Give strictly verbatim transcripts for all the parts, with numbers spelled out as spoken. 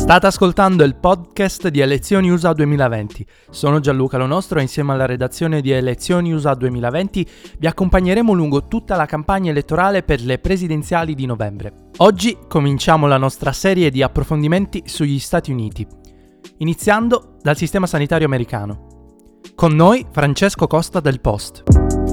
State ascoltando il podcast di Elezioni U S A duemilaventi. Sono Gianluca Lo Nostro e insieme alla redazione di Elezioni U S A duemilaventi vi accompagneremo lungo tutta la campagna elettorale per le presidenziali di novembre. Oggi cominciamo la nostra serie di approfondimenti sugli Stati Uniti, iniziando dal sistema sanitario americano. Con noi Francesco Costa del Post.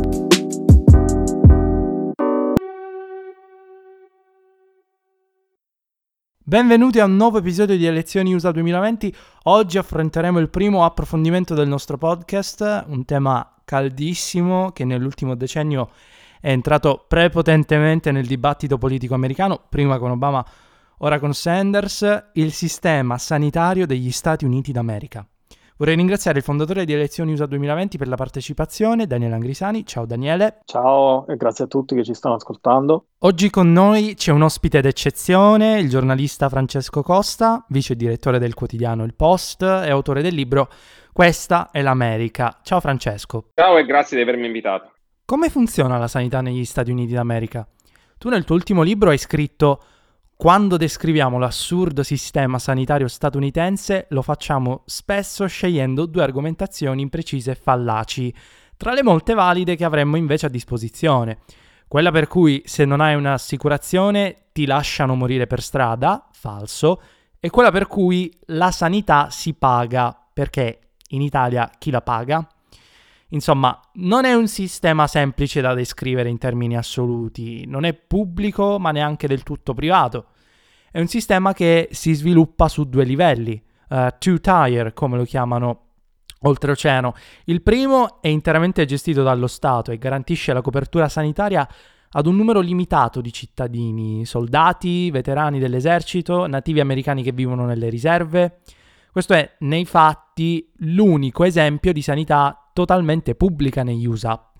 Benvenuti a un nuovo episodio di Elezioni U S A duemilaventi. Oggi affronteremo il primo approfondimento del nostro podcast, un tema caldissimo che nell'ultimo decennio è entrato prepotentemente nel dibattito politico americano, prima con Obama, ora con Sanders, il sistema sanitario degli Stati Uniti d'America. Vorrei ringraziare il fondatore di Elezioni U S A duemilaventi per la partecipazione, Daniele Angrisani. Ciao Daniele. Ciao e grazie a tutti che ci stanno ascoltando. Oggi con noi c'è un ospite d'eccezione, il giornalista Francesco Costa, vice direttore del quotidiano Il Post e autore del libro Questa è l'America. Ciao Francesco. Ciao e grazie di avermi invitato. Come funziona la sanità negli Stati Uniti d'America? Tu nel tuo ultimo libro hai scritto: quando descriviamo l'assurdo sistema sanitario statunitense lo facciamo spesso scegliendo due argomentazioni imprecise e fallaci, tra le molte valide che avremmo invece a disposizione. Quella per cui se non hai un'assicurazione ti lasciano morire per strada, falso, e quella per cui la sanità si paga, perché in Italia chi la paga? Insomma, non è un sistema semplice da descrivere in termini assoluti, non è pubblico ma neanche del tutto privato. È un sistema che si sviluppa su due livelli, uh, two-tier come lo chiamano oltreoceano. Il primo è interamente gestito dallo Stato e garantisce la copertura sanitaria ad un numero limitato di cittadini, soldati, veterani dell'esercito, nativi americani che vivono nelle riserve. Questo è, nei fatti, l'unico esempio di sanità totalmente pubblica negli U S A.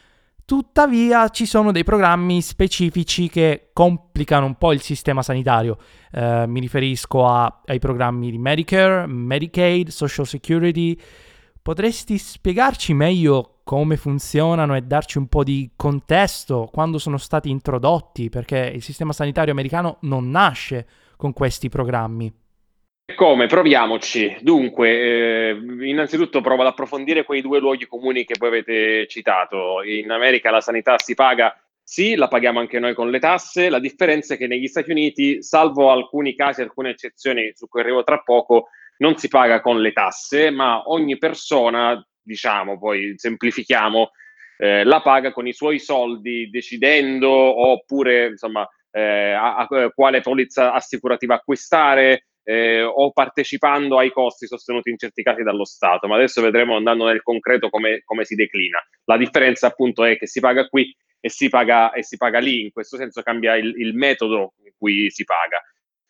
Tuttavia ci sono dei programmi specifici che complicano un po' il sistema sanitario. Eh, mi riferisco a, ai programmi di Medicare, Medicaid, Social Security. Potresti spiegarci meglio come funzionano e darci un po' di contesto, quando sono stati introdotti? Perché il sistema sanitario americano non nasce con questi programmi. Come? Proviamoci. Dunque, eh, innanzitutto provo ad approfondire quei due luoghi comuni che voi avete citato. In America la sanità si paga, sì, la paghiamo anche noi con le tasse. La differenza è che negli Stati Uniti, salvo alcuni casi, alcune eccezioni su cui arrivo tra poco, non si paga con le tasse, ma ogni persona, diciamo, poi semplifichiamo, eh, la paga con i suoi soldi, decidendo oppure, insomma, eh, a, a quale polizza assicurativa acquistare, Eh, o partecipando ai costi sostenuti in certi casi dallo Stato, ma adesso vedremo andando nel concreto come, come si declina. La differenza appunto è che si paga qui e si paga, e si paga lì, in questo senso cambia il, il metodo in cui si paga.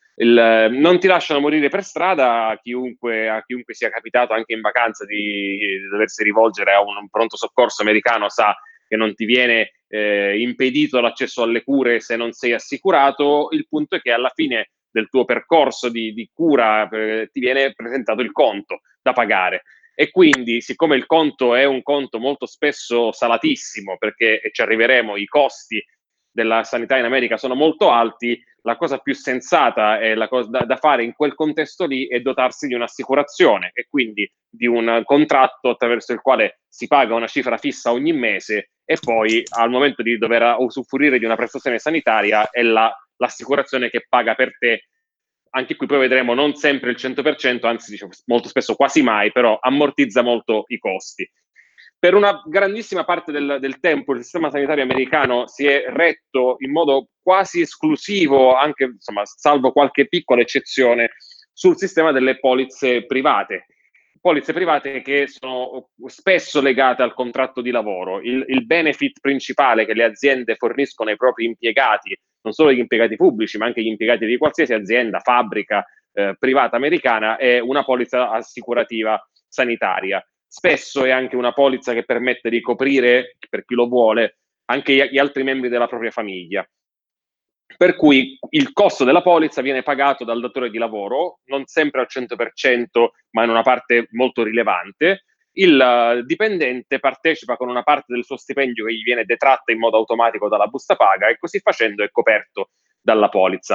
Il, non ti lasciano morire per strada, a chiunque, a chiunque sia capitato anche in vacanza di, di doversi rivolgere a un, un pronto soccorso americano sa che non ti viene eh, impedito l'accesso alle cure se non sei assicurato. Il punto è che alla fine del tuo percorso di, di cura eh, ti viene presentato il conto da pagare e quindi, siccome il conto è un conto molto spesso salatissimo, perché e ci arriveremo, i costi della sanità in America sono molto alti, la cosa più sensata e la cosa da, da fare in quel contesto lì è dotarsi di un'assicurazione e quindi di un contratto attraverso il quale si paga una cifra fissa ogni mese e poi al momento di dover usufruire di una prestazione sanitaria è la l'assicurazione che paga per te. Anche qui poi vedremo non sempre il cento per cento, anzi diciamo, molto spesso quasi mai, però ammortizza molto i costi. Per una grandissima parte del, del tempo il sistema sanitario americano si è retto in modo quasi esclusivo, anche insomma, salvo qualche piccola eccezione, sul sistema delle polizze private. Polizze private che sono spesso legate al contratto di lavoro. Il, il benefit principale che le aziende forniscono ai propri impiegati, non solo gli impiegati pubblici, ma anche gli impiegati di qualsiasi azienda, fabbrica eh, privata americana, è una polizza assicurativa sanitaria. Spesso è anche una polizza che permette di coprire, per chi lo vuole, anche gli, gli altri membri della propria famiglia. Per cui il costo della polizza viene pagato dal datore di lavoro, non sempre al cento per cento, ma in una parte molto rilevante. Il uh, dipendente partecipa con una parte del suo stipendio che gli viene detratta in modo automatico dalla busta paga e così facendo è coperto dalla polizza.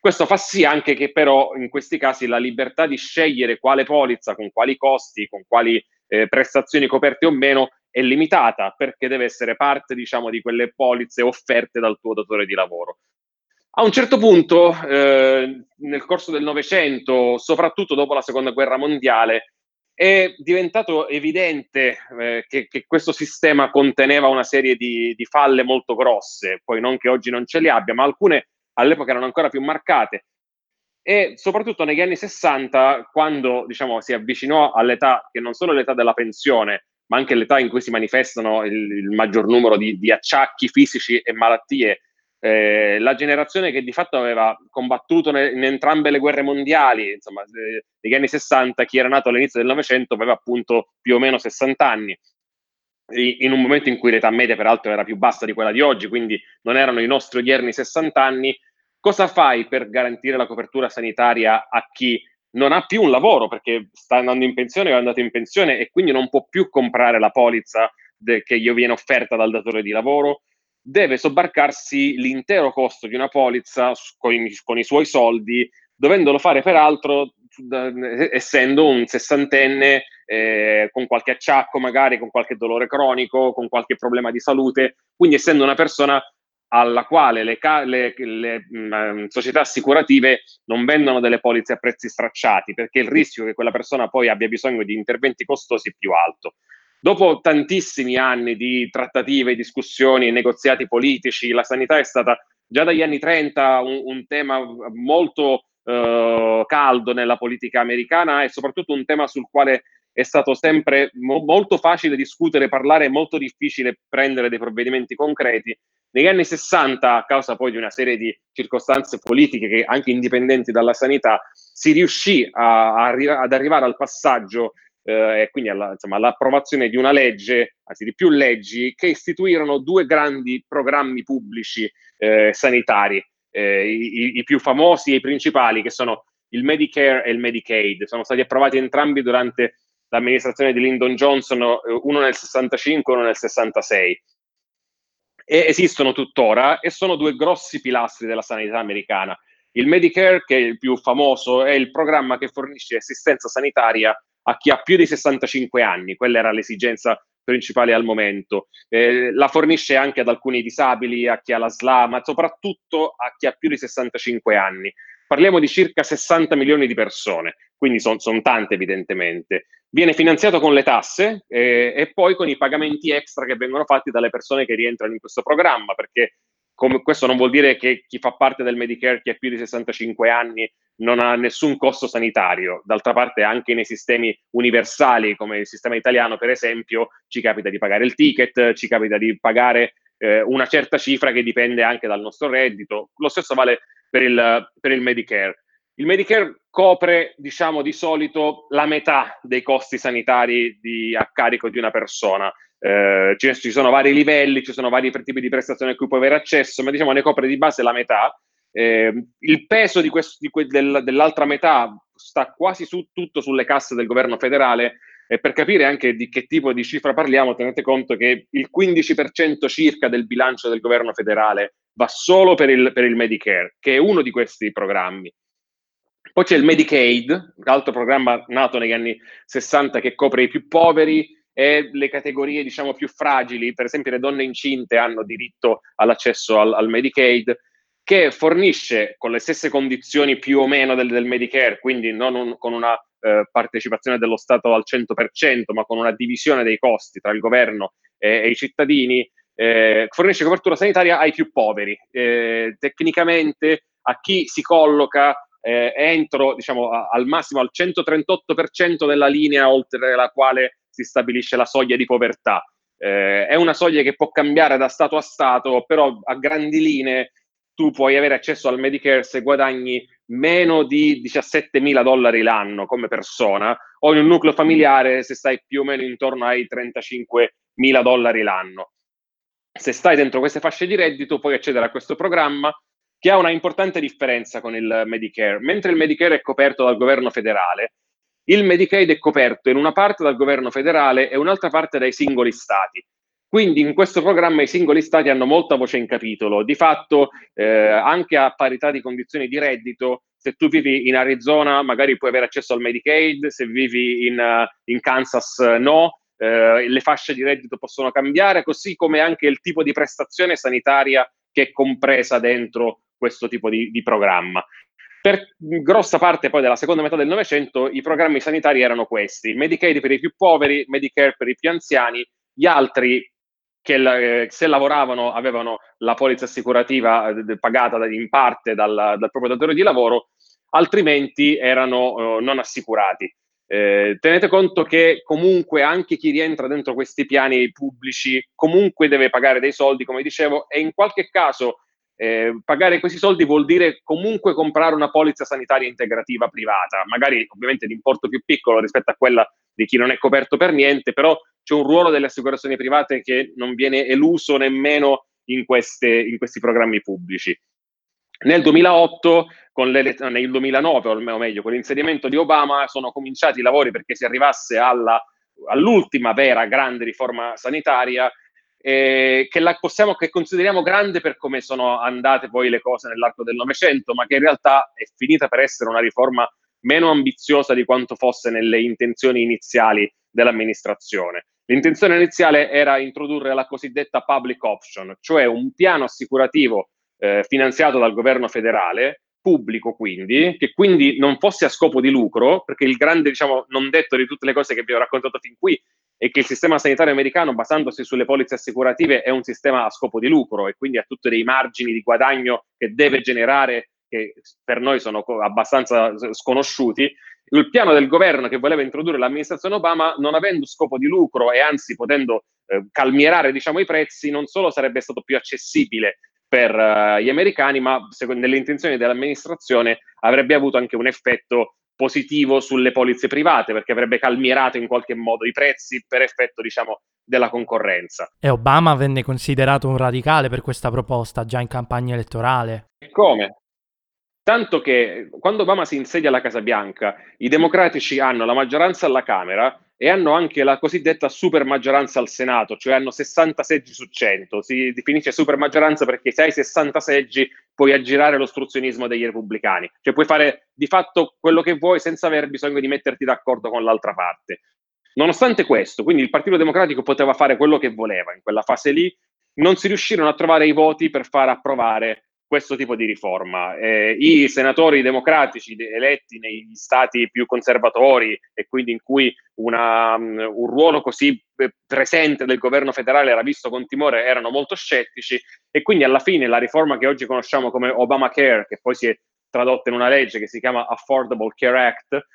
Questo fa sì anche che però in questi casi la libertà di scegliere quale polizza, con quali costi, con quali eh, prestazioni coperte o meno è limitata, perché deve essere parte, diciamo, di quelle polizze offerte dal tuo datore di lavoro. A un certo punto, eh, nel corso del Novecento, soprattutto dopo la Seconda Guerra Mondiale, è diventato evidente eh, che, che questo sistema conteneva una serie di, di falle molto grosse, poi non che oggi non ce li abbia, ma alcune all'epoca erano ancora più marcate. E soprattutto negli anni sessanta, quando diciamo, si avvicinò all'età, che non solo l'età della pensione, ma anche l'età in cui si manifestano il, il maggior numero di, di acciacchi fisici e malattie, eh, la generazione che di fatto aveva combattuto ne, in entrambe le guerre mondiali, insomma, eh, negli anni sessanta, chi era nato all'inizio del Novecento aveva appunto più o meno sessanta anni, in un momento in cui l'età media peraltro era più bassa di quella di oggi, quindi non erano i nostri odierni sessanta anni. Cosa fai per garantire la copertura sanitaria a chi non ha più un lavoro perché sta andando in pensione o è andato in pensione e quindi non può più comprare la polizza de- che gli viene offerta dal datore di lavoro? Deve sobbarcarsi l'intero costo di una polizza con i, con i suoi soldi, dovendolo fare peraltro da, essendo un sessantenne eh, con qualche acciacco magari, con qualche dolore cronico, con qualche problema di salute, quindi essendo una persona alla quale le, le, le mh, società assicurative non vendono delle polizze a prezzi stracciati, perché il rischio che quella persona poi abbia bisogno di interventi costosi è più alto. Dopo tantissimi anni di trattative, discussioni e negoziati politici, la sanità è stata già dagli anni trenta un, un tema molto eh, caldo nella politica americana e soprattutto un tema sul quale è stato sempre mo- molto facile discutere, parlare, molto difficile prendere dei provvedimenti concreti. Negli anni sessanta, a causa poi di una serie di circostanze politiche che anche indipendenti dalla sanità, si riuscì a, a, ad arrivare al passaggio eh, e quindi alla, insomma, all'approvazione di una legge, anzi di più leggi, che istituirono due grandi programmi pubblici eh, sanitari, eh, i, i più famosi e i principali, che sono il Medicare e il Medicaid. Sono stati approvati entrambi durante l'amministrazione di Lyndon Johnson, uno nel sessantacinque e uno nel sessantasei. E esistono tuttora e sono due grossi pilastri della sanità americana. Il Medicare, che è il più famoso, è il programma che fornisce assistenza sanitaria a chi ha più di sessantacinque anni, quella era l'esigenza principale al momento. Eh, la fornisce anche ad alcuni disabili, a chi ha la S L A, ma soprattutto a chi ha più di sessantacinque anni. Parliamo di circa sessanta milioni di persone, quindi sono son tante evidentemente. Viene finanziato con le tasse eh, e poi con i pagamenti extra che vengono fatti dalle persone che rientrano in questo programma, perché come, questo non vuol dire che chi fa parte del Medicare, chi ha più di sessantacinque anni, non ha nessun costo sanitario. D'altra parte anche nei sistemi universali, come il sistema italiano per esempio, ci capita di pagare il ticket, ci capita di pagare eh, una certa cifra che dipende anche dal nostro reddito. Lo stesso vale per il, per il Medicare. Il Medicare copre, diciamo, di solito la metà dei costi sanitari di, a carico di una persona. Eh, ci, ci sono vari livelli, ci sono vari tipi di prestazioni a cui può avere accesso, ma diciamo ne copre di base la metà. Eh, il peso di questo, di que, del, dell'altra metà sta quasi su, tutto sulle casse del governo federale, e per capire anche di che tipo di cifra parliamo, tenete conto che il quindici per cento circa del bilancio del governo federale va solo per il, per il Medicare, che è uno di questi programmi. Poi c'è il Medicaid, un altro programma nato negli anni sessanta che copre i più poveri e le categorie, diciamo, più fragili. Per esempio le donne incinte hanno diritto all'accesso al, al Medicaid, che fornisce con le stesse condizioni più o meno del, del Medicare, quindi non un, con una eh, partecipazione dello Stato al cento per cento, ma con una divisione dei costi tra il governo e, e i cittadini, eh, fornisce copertura sanitaria ai più poveri. Eh, tecnicamente a chi si colloca eh, entro, diciamo, a, al massimo al centotrentotto per cento della linea oltre la quale si stabilisce la soglia di povertà. Eh, è una soglia che può cambiare da Stato a Stato, però a grandi linee tu puoi avere accesso al Medicare se guadagni meno di diciassettemila dollari l'anno come persona, o in un nucleo familiare se stai più o meno intorno ai trentacinquemila dollari l'anno. Se stai dentro queste fasce di reddito puoi accedere a questo programma, che ha una importante differenza con il Medicare. Mentre il Medicare è coperto dal governo federale, il Medicaid è coperto in una parte dal governo federale e un'altra parte dai singoli stati. Quindi in questo programma i singoli stati hanno molta voce in capitolo. Di fatto, eh, anche a parità di condizioni di reddito, se tu vivi in Arizona magari puoi avere accesso al Medicaid, se vivi in, uh, in Kansas no, eh, le fasce di reddito possono cambiare, così come anche il tipo di prestazione sanitaria che è compresa dentro questo tipo di, di programma. Per grossa parte poi della seconda metà del Novecento i programmi sanitari erano questi: Medicaid per i più poveri, Medicare per i più anziani, gli altri che eh, se lavoravano avevano la polizza assicurativa eh, pagata in parte dal, dal proprio datore di lavoro, altrimenti erano eh, non assicurati. Eh, tenete conto che comunque anche chi rientra dentro questi piani pubblici comunque deve pagare dei soldi, come dicevo, e in qualche caso eh, pagare questi soldi vuol dire comunque comprare una polizza sanitaria integrativa privata, magari ovviamente di importo più piccolo rispetto a quella di chi non è coperto per niente, però c'è un ruolo delle assicurazioni private che non viene eluso nemmeno in, queste, in questi programmi pubblici. Nel duemilaotto, con le, nel duemilanove o meglio, con l'insediamento di Obama, sono cominciati i lavori perché si arrivasse alla, all'ultima vera grande riforma sanitaria, eh, che, la possiamo, che consideriamo grande per come sono andate poi le cose nell'arco del Novecento, ma che in realtà è finita per essere una riforma meno ambiziosa di quanto fosse nelle intenzioni iniziali dell'amministrazione. L'intenzione iniziale era introdurre la cosiddetta public option, cioè un piano assicurativo eh, finanziato dal governo federale, pubblico quindi, che quindi non fosse a scopo di lucro, perché il grande, diciamo, non detto di tutte le cose che vi ho raccontato fin qui è che il sistema sanitario americano, basandosi sulle polizze assicurative, è un sistema a scopo di lucro e quindi ha tutti dei margini di guadagno che deve generare, che per noi sono abbastanza sconosciuti. Il piano del governo che voleva introdurre l'amministrazione Obama, non avendo scopo di lucro e anzi potendo eh, calmierare, diciamo, i prezzi, non solo sarebbe stato più accessibile per uh, gli americani, ma secondo, nelle intenzioni dell'amministrazione avrebbe avuto anche un effetto positivo sulle polizze private, perché avrebbe calmierato in qualche modo i prezzi per effetto, diciamo, della concorrenza. E Obama venne considerato un radicale per questa proposta già in campagna elettorale. Come? Tanto che quando Obama si insedia alla Casa Bianca, i democratici hanno la maggioranza alla Camera e hanno anche la cosiddetta super maggioranza al Senato, cioè hanno sessanta seggi su cento. Si definisce super maggioranza perché se hai sessanta seggi puoi aggirare l'ostruzionismo degli repubblicani, cioè puoi fare di fatto quello che vuoi senza aver bisogno di metterti d'accordo con l'altra parte. Nonostante questo, quindi il Partito Democratico poteva fare quello che voleva in quella fase lì, non si riuscirono a trovare i voti per far approvare questo tipo di riforma. Eh, I senatori democratici eletti negli stati più conservatori e quindi in cui una, um, un ruolo così presente del governo federale era visto con timore erano molto scettici e quindi alla fine la riforma che oggi conosciamo come Obamacare, che poi si è tradotta in una legge che si chiama Affordable Care Act,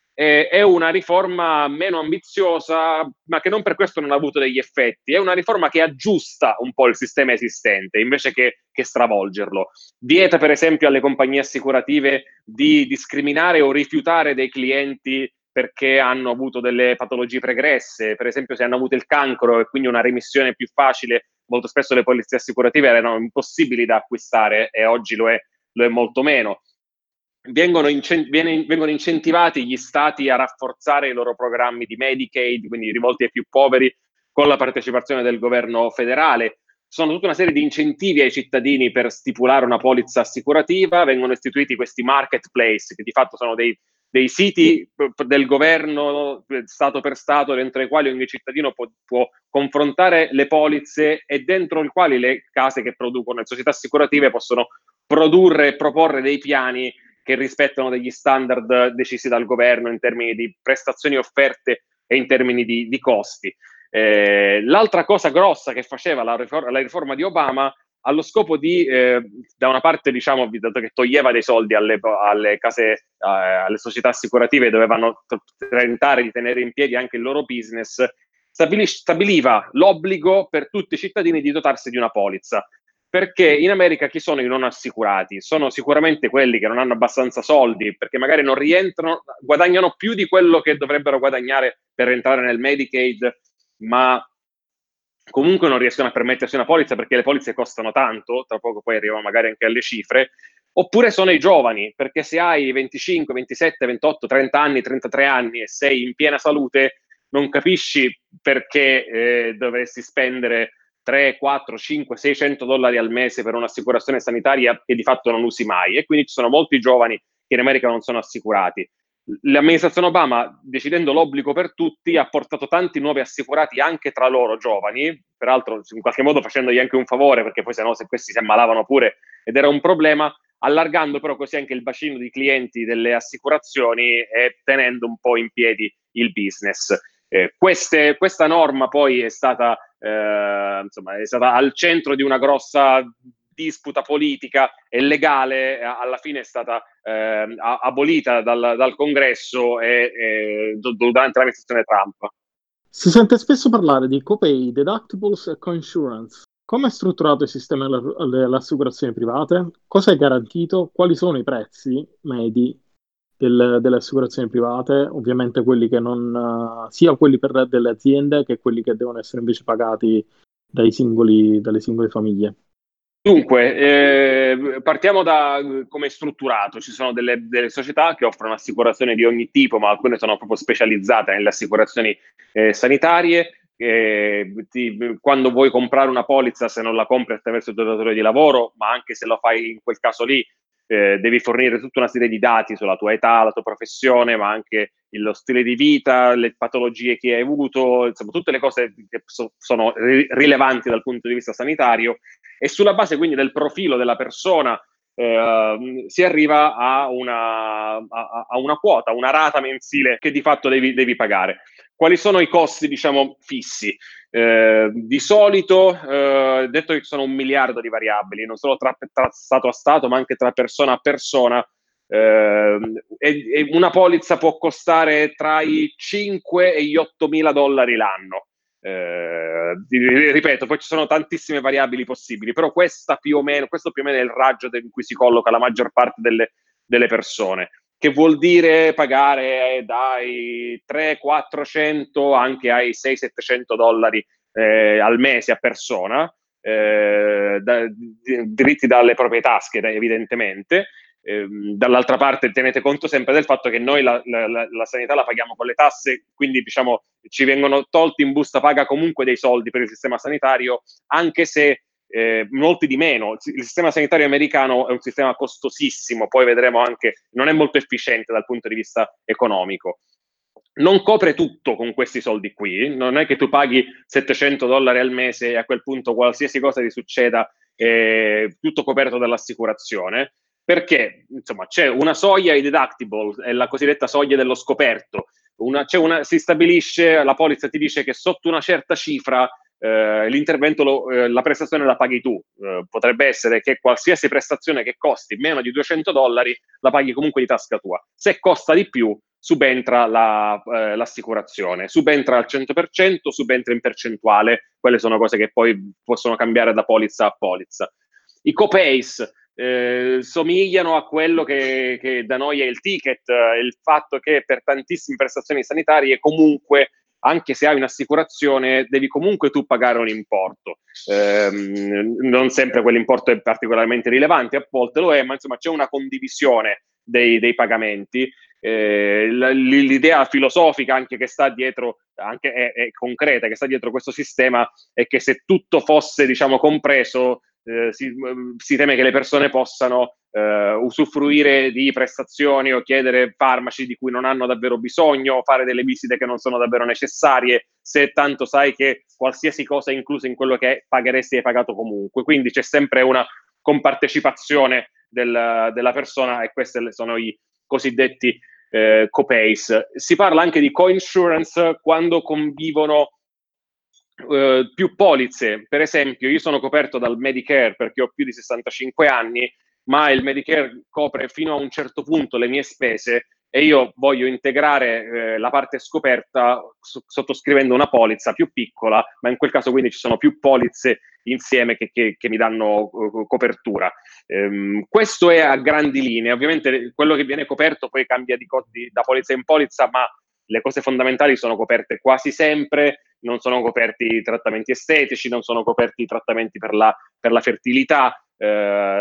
è una riforma meno ambiziosa, ma che non per questo non ha avuto degli effetti. È una riforma che aggiusta un po' il sistema esistente invece che, che stravolgerlo. Vieta, per esempio, alle compagnie assicurative di discriminare o rifiutare dei clienti perché hanno avuto delle patologie pregresse, per esempio se hanno avuto il cancro e quindi una remissione più facile. Molto spesso le polizze assicurative erano impossibili da acquistare e oggi lo è, lo è molto meno. Vengono, incent- viene, vengono incentivati gli stati a rafforzare i loro programmi di Medicaid, quindi rivolti ai più poveri, con la partecipazione del governo federale. Sono tutta una serie di incentivi ai cittadini per stipulare una polizza assicurativa. Vengono istituiti questi marketplace, che di fatto sono dei, dei siti del governo, stato per stato, dentro i quali ogni cittadino può, può confrontare le polizze e dentro i quali le case che producono, le società assicurative possono produrre e proporre dei piani che rispettano degli standard decisi dal governo in termini di prestazioni offerte e in termini di, di costi. Eh, l'altra cosa grossa che faceva la riforma, la riforma di Obama, allo scopo di, eh, da una parte, diciamo, dato che toglieva dei soldi alle, alle case, eh, alle società assicurative, dovevano tentare di tenere in piedi anche il loro business, stabili, stabiliva l'obbligo per tutti i cittadini di dotarsi di una polizza. Perché in America chi sono i non assicurati? Sono sicuramente quelli che non hanno abbastanza soldi, perché magari non rientrano, guadagnano più di quello che dovrebbero guadagnare per entrare nel Medicaid, ma comunque non riescono a permettersi una polizza perché le polizze costano tanto, tra poco poi arriviamo magari anche alle cifre. Oppure sono i giovani, perché se hai venticinque, ventisette, ventotto, trenta anni, trentatré anni e sei in piena salute, non capisci perché eh, dovresti spendere tre, quattro, cinque, seicento dollari al mese per un'assicurazione sanitaria che di fatto non usi mai, e quindi ci sono molti giovani che in America non sono assicurati. L'amministrazione Obama, decidendo l'obbligo per tutti, ha portato tanti nuovi assicurati anche tra loro giovani, peraltro in qualche modo facendogli anche un favore, perché poi sennò se questi si ammalavano pure ed era un problema, allargando però così anche il bacino di clienti delle assicurazioni e tenendo un po' in piedi il business. Eh, queste, questa norma poi è stata, eh, insomma, è stata al centro di una grossa disputa politica e legale, alla fine è stata eh, abolita dal, dal Congresso e, e, durante l'amministrazione Trump. Si sente spesso parlare di copay, deductibles e coinsurance. Come è strutturato il sistema delle assicurazioni private? Cosa è garantito? Quali sono i prezzi medi del, delle assicurazioni private? Ovviamente quelli che non, uh, sia quelli per delle aziende che quelli che devono essere invece pagati dai singoli, dalle singole famiglie. Dunque, eh, partiamo da come è strutturato. Ci sono delle, delle società che offrono assicurazioni di ogni tipo, ma alcune sono proprio specializzate nelle assicurazioni eh, sanitarie. Eh, ti, quando vuoi comprare una polizza, se non la compri attraverso il tuo datore di lavoro, ma anche se lo fai in quel caso lì, eh, devi fornire tutta una serie di dati sulla tua età, la tua professione, ma anche lo stile di vita, le patologie che hai avuto, insomma tutte le cose che so, sono ri- rilevanti dal punto di vista sanitario, e sulla base quindi del profilo della persona eh, si arriva a una, a, a una quota, una rata mensile che di fatto devi, devi pagare. Quali sono i costi, diciamo, fissi? Eh, di solito, eh, detto che ci sono un miliardo di variabili, non solo tra, tra Stato a Stato, ma anche tra persona a persona, eh, e, e una polizza può costare tra i cinque e gli ottomila dollari l'anno. Eh, ripeto, poi ci sono tantissime variabili possibili, però questa più o meno, questo più o meno è il raggio in cui si colloca la maggior parte delle, delle persone, che vuol dire pagare dai trecento quattrocento anche ai seicento settecento dollari eh, al mese a persona, eh, da, diritti dalle proprie tasche, evidentemente. Eh, dall'altra parte tenete conto sempre del fatto che noi la, la, la sanità la paghiamo con le tasse, quindi diciamo ci vengono tolti in busta paga comunque dei soldi per il sistema sanitario, anche se eh, molti di meno. Il sistema sanitario americano è un sistema costosissimo, poi vedremo anche, non è molto efficiente dal punto di vista economico. Non copre tutto con questi soldi qui, non è che tu paghi settecento dollari al mese e a quel punto qualsiasi cosa ti succeda è tutto coperto dall'assicurazione, perché insomma c'è una soglia, i deductible, è la cosiddetta soglia dello scoperto. Una, c'è una, si stabilisce, la polizza ti dice che sotto una certa cifra eh, l'intervento, lo, eh, la prestazione la paghi tu. Eh, potrebbe essere che qualsiasi prestazione che costi meno di duecento dollari la paghi comunque di tasca tua. Se costa di più, subentra la, eh, l'assicurazione, subentra al cento per cento, subentra in percentuale. Quelle sono cose che poi possono cambiare da polizza a polizza. I copays eh, somigliano a quello che, che da noi è il ticket, eh, il fatto che per tantissime prestazioni sanitarie comunque, anche se hai un'assicurazione, devi comunque tu pagare un importo. Eh, non sempre quell'importo è particolarmente rilevante, a volte lo è, ma insomma c'è una condivisione dei, dei pagamenti. Eh, l'idea filosofica anche che sta dietro, anche è, è concreta, che sta dietro questo sistema, è che se tutto fosse, diciamo, compreso, eh, si, si teme che le persone possano eh, usufruire di prestazioni o chiedere farmaci di cui non hanno davvero bisogno, fare delle visite che non sono davvero necessarie, se tanto sai che qualsiasi cosa è inclusa in quello che pagheresti hai pagato comunque. Quindi c'è sempre una compartecipazione del, della persona, e questi sono i cosiddetti eh, copays. Si parla anche di coinsurance quando convivono eh, più polizze. Per esempio, io sono coperto dal Medicare perché ho più di sessantacinque anni, ma il Medicare copre fino a un certo punto le mie spese e io voglio integrare eh, la parte scoperta s- sottoscrivendo una polizza più piccola, ma in quel caso quindi ci sono più polizze insieme che, che, che mi danno uh, copertura. Um, questo è a grandi linee. Ovviamente quello che viene coperto poi cambia di, di, da polizza in polizza, ma le cose fondamentali sono coperte quasi sempre. Non sono coperti i trattamenti estetici, non sono coperti i trattamenti per la, per la fertilità. Eh,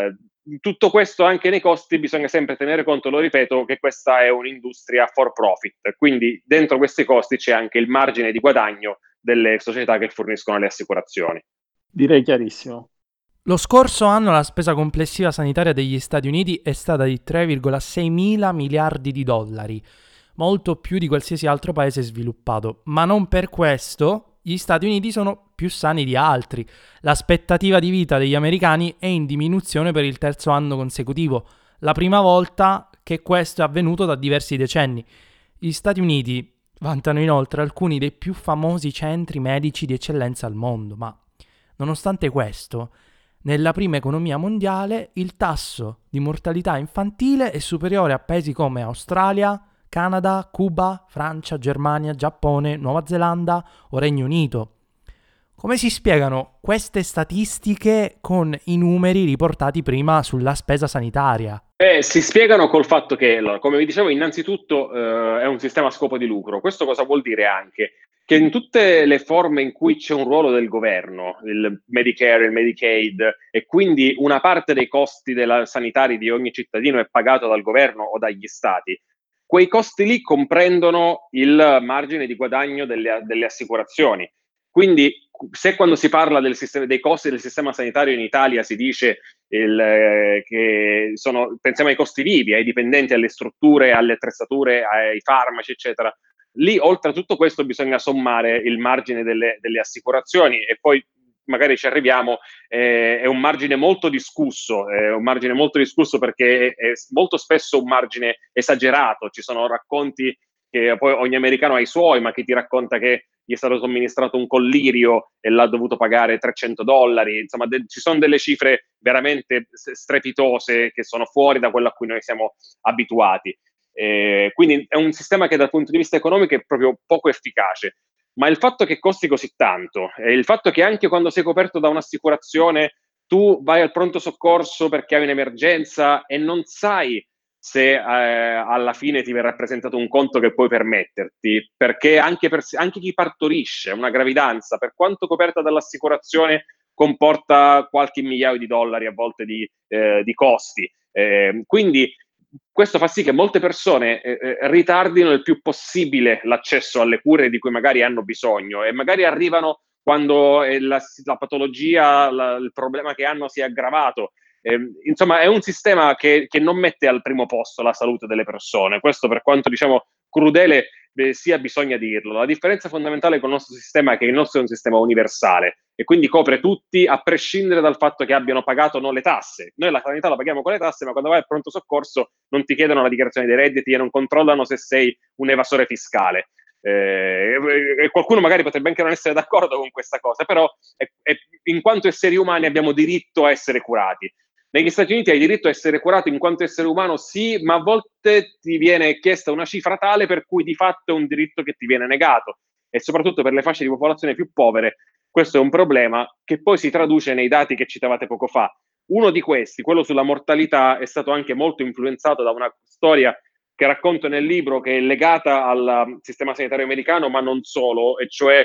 tutto questo anche nei costi bisogna sempre tenere conto, lo ripeto, che questa è un'industria for profit, quindi dentro questi costi c'è anche il margine di guadagno delle società che forniscono le assicurazioni. Direi chiarissimo. Lo scorso anno la spesa complessiva sanitaria degli Stati Uniti è stata di tre virgola sei mila miliardi di dollari, molto più di qualsiasi altro paese sviluppato, ma non per questo gli Stati Uniti sono più sani di altri. L'aspettativa di vita degli americani è in diminuzione per il terzo anno consecutivo, la prima volta che questo è avvenuto da diversi decenni. Gli Stati Uniti vantano inoltre alcuni dei più famosi centri medici di eccellenza al mondo, ma nonostante questo, nella prima economia mondiale il tasso di mortalità infantile è superiore a paesi come Australia, Canada, Cuba, Francia, Germania, Giappone, Nuova Zelanda o Regno Unito. Come si spiegano queste statistiche con i numeri riportati prima sulla spesa sanitaria? Eh, si spiegano col fatto che, allora, come vi dicevo, innanzitutto eh, è un sistema a scopo di lucro. Questo cosa vuol dire anche? Che in tutte le forme in cui c'è un ruolo del governo, il Medicare, il Medicaid, e quindi una parte dei costi della sanitari di ogni cittadino è pagato dal governo o dagli stati, quei costi lì comprendono il margine di guadagno delle, delle assicurazioni. Quindi se quando si parla del sistema, dei costi del sistema sanitario in Italia si dice il, eh, che sono, pensiamo ai costi vivi, ai dipendenti, alle strutture, alle attrezzature, ai farmaci, eccetera, lì oltre a tutto questo bisogna sommare il margine delle, delle assicurazioni e poi magari ci arriviamo, eh, è un margine molto discusso, è un margine molto discusso perché è, è molto spesso un margine esagerato, ci sono racconti che poi ogni americano ha i suoi, ma chi ti racconta che gli è stato somministrato un collirio e l'ha dovuto pagare trecento dollari, insomma de- ci sono delle cifre veramente strepitose che sono fuori da quello a cui noi siamo abituati. Eh, quindi è un sistema che dal punto di vista economico è proprio poco efficace, ma il fatto che costi così tanto e il fatto che anche quando sei coperto da un'assicurazione tu vai al pronto soccorso perché hai un'emergenza e non sai se eh, alla fine ti verrà presentato un conto che puoi permetterti, perché anche, per, anche chi partorisce una gravidanza, per quanto coperta dall'assicurazione, comporta qualche migliaio di dollari a volte di, eh, di costi. Eh, quindi questo fa sì che molte persone eh, ritardino il più possibile l'accesso alle cure di cui magari hanno bisogno e magari arrivano quando eh, la, la patologia, la, il problema che hanno si è aggravato. Eh, insomma, è un sistema che, che non mette al primo posto la salute delle persone. Questo, per quanto diciamo crudele eh, sia, bisogna dirlo. La differenza fondamentale con il nostro sistema è che il nostro è un sistema universale e quindi copre tutti a prescindere dal fatto che abbiano pagato o no le tasse. Noi la sanità la paghiamo con le tasse, ma quando vai al pronto soccorso non ti chiedono la dichiarazione dei redditi e non controllano se sei un evasore fiscale. Eh, e qualcuno magari potrebbe anche non essere d'accordo con questa cosa, però è, è, in quanto esseri umani abbiamo diritto a essere curati. Negli Stati Uniti hai diritto a essere curato in quanto essere umano, sì, ma a volte ti viene chiesta una cifra tale per cui di fatto è un diritto che ti viene negato e soprattutto per le fasce di popolazione più povere questo è un problema che poi si traduce nei dati che citavate poco fa. Uno di questi, quello sulla mortalità, è stato anche molto influenzato da una storia che racconto nel libro che è legata al sistema sanitario americano, ma non solo, e cioè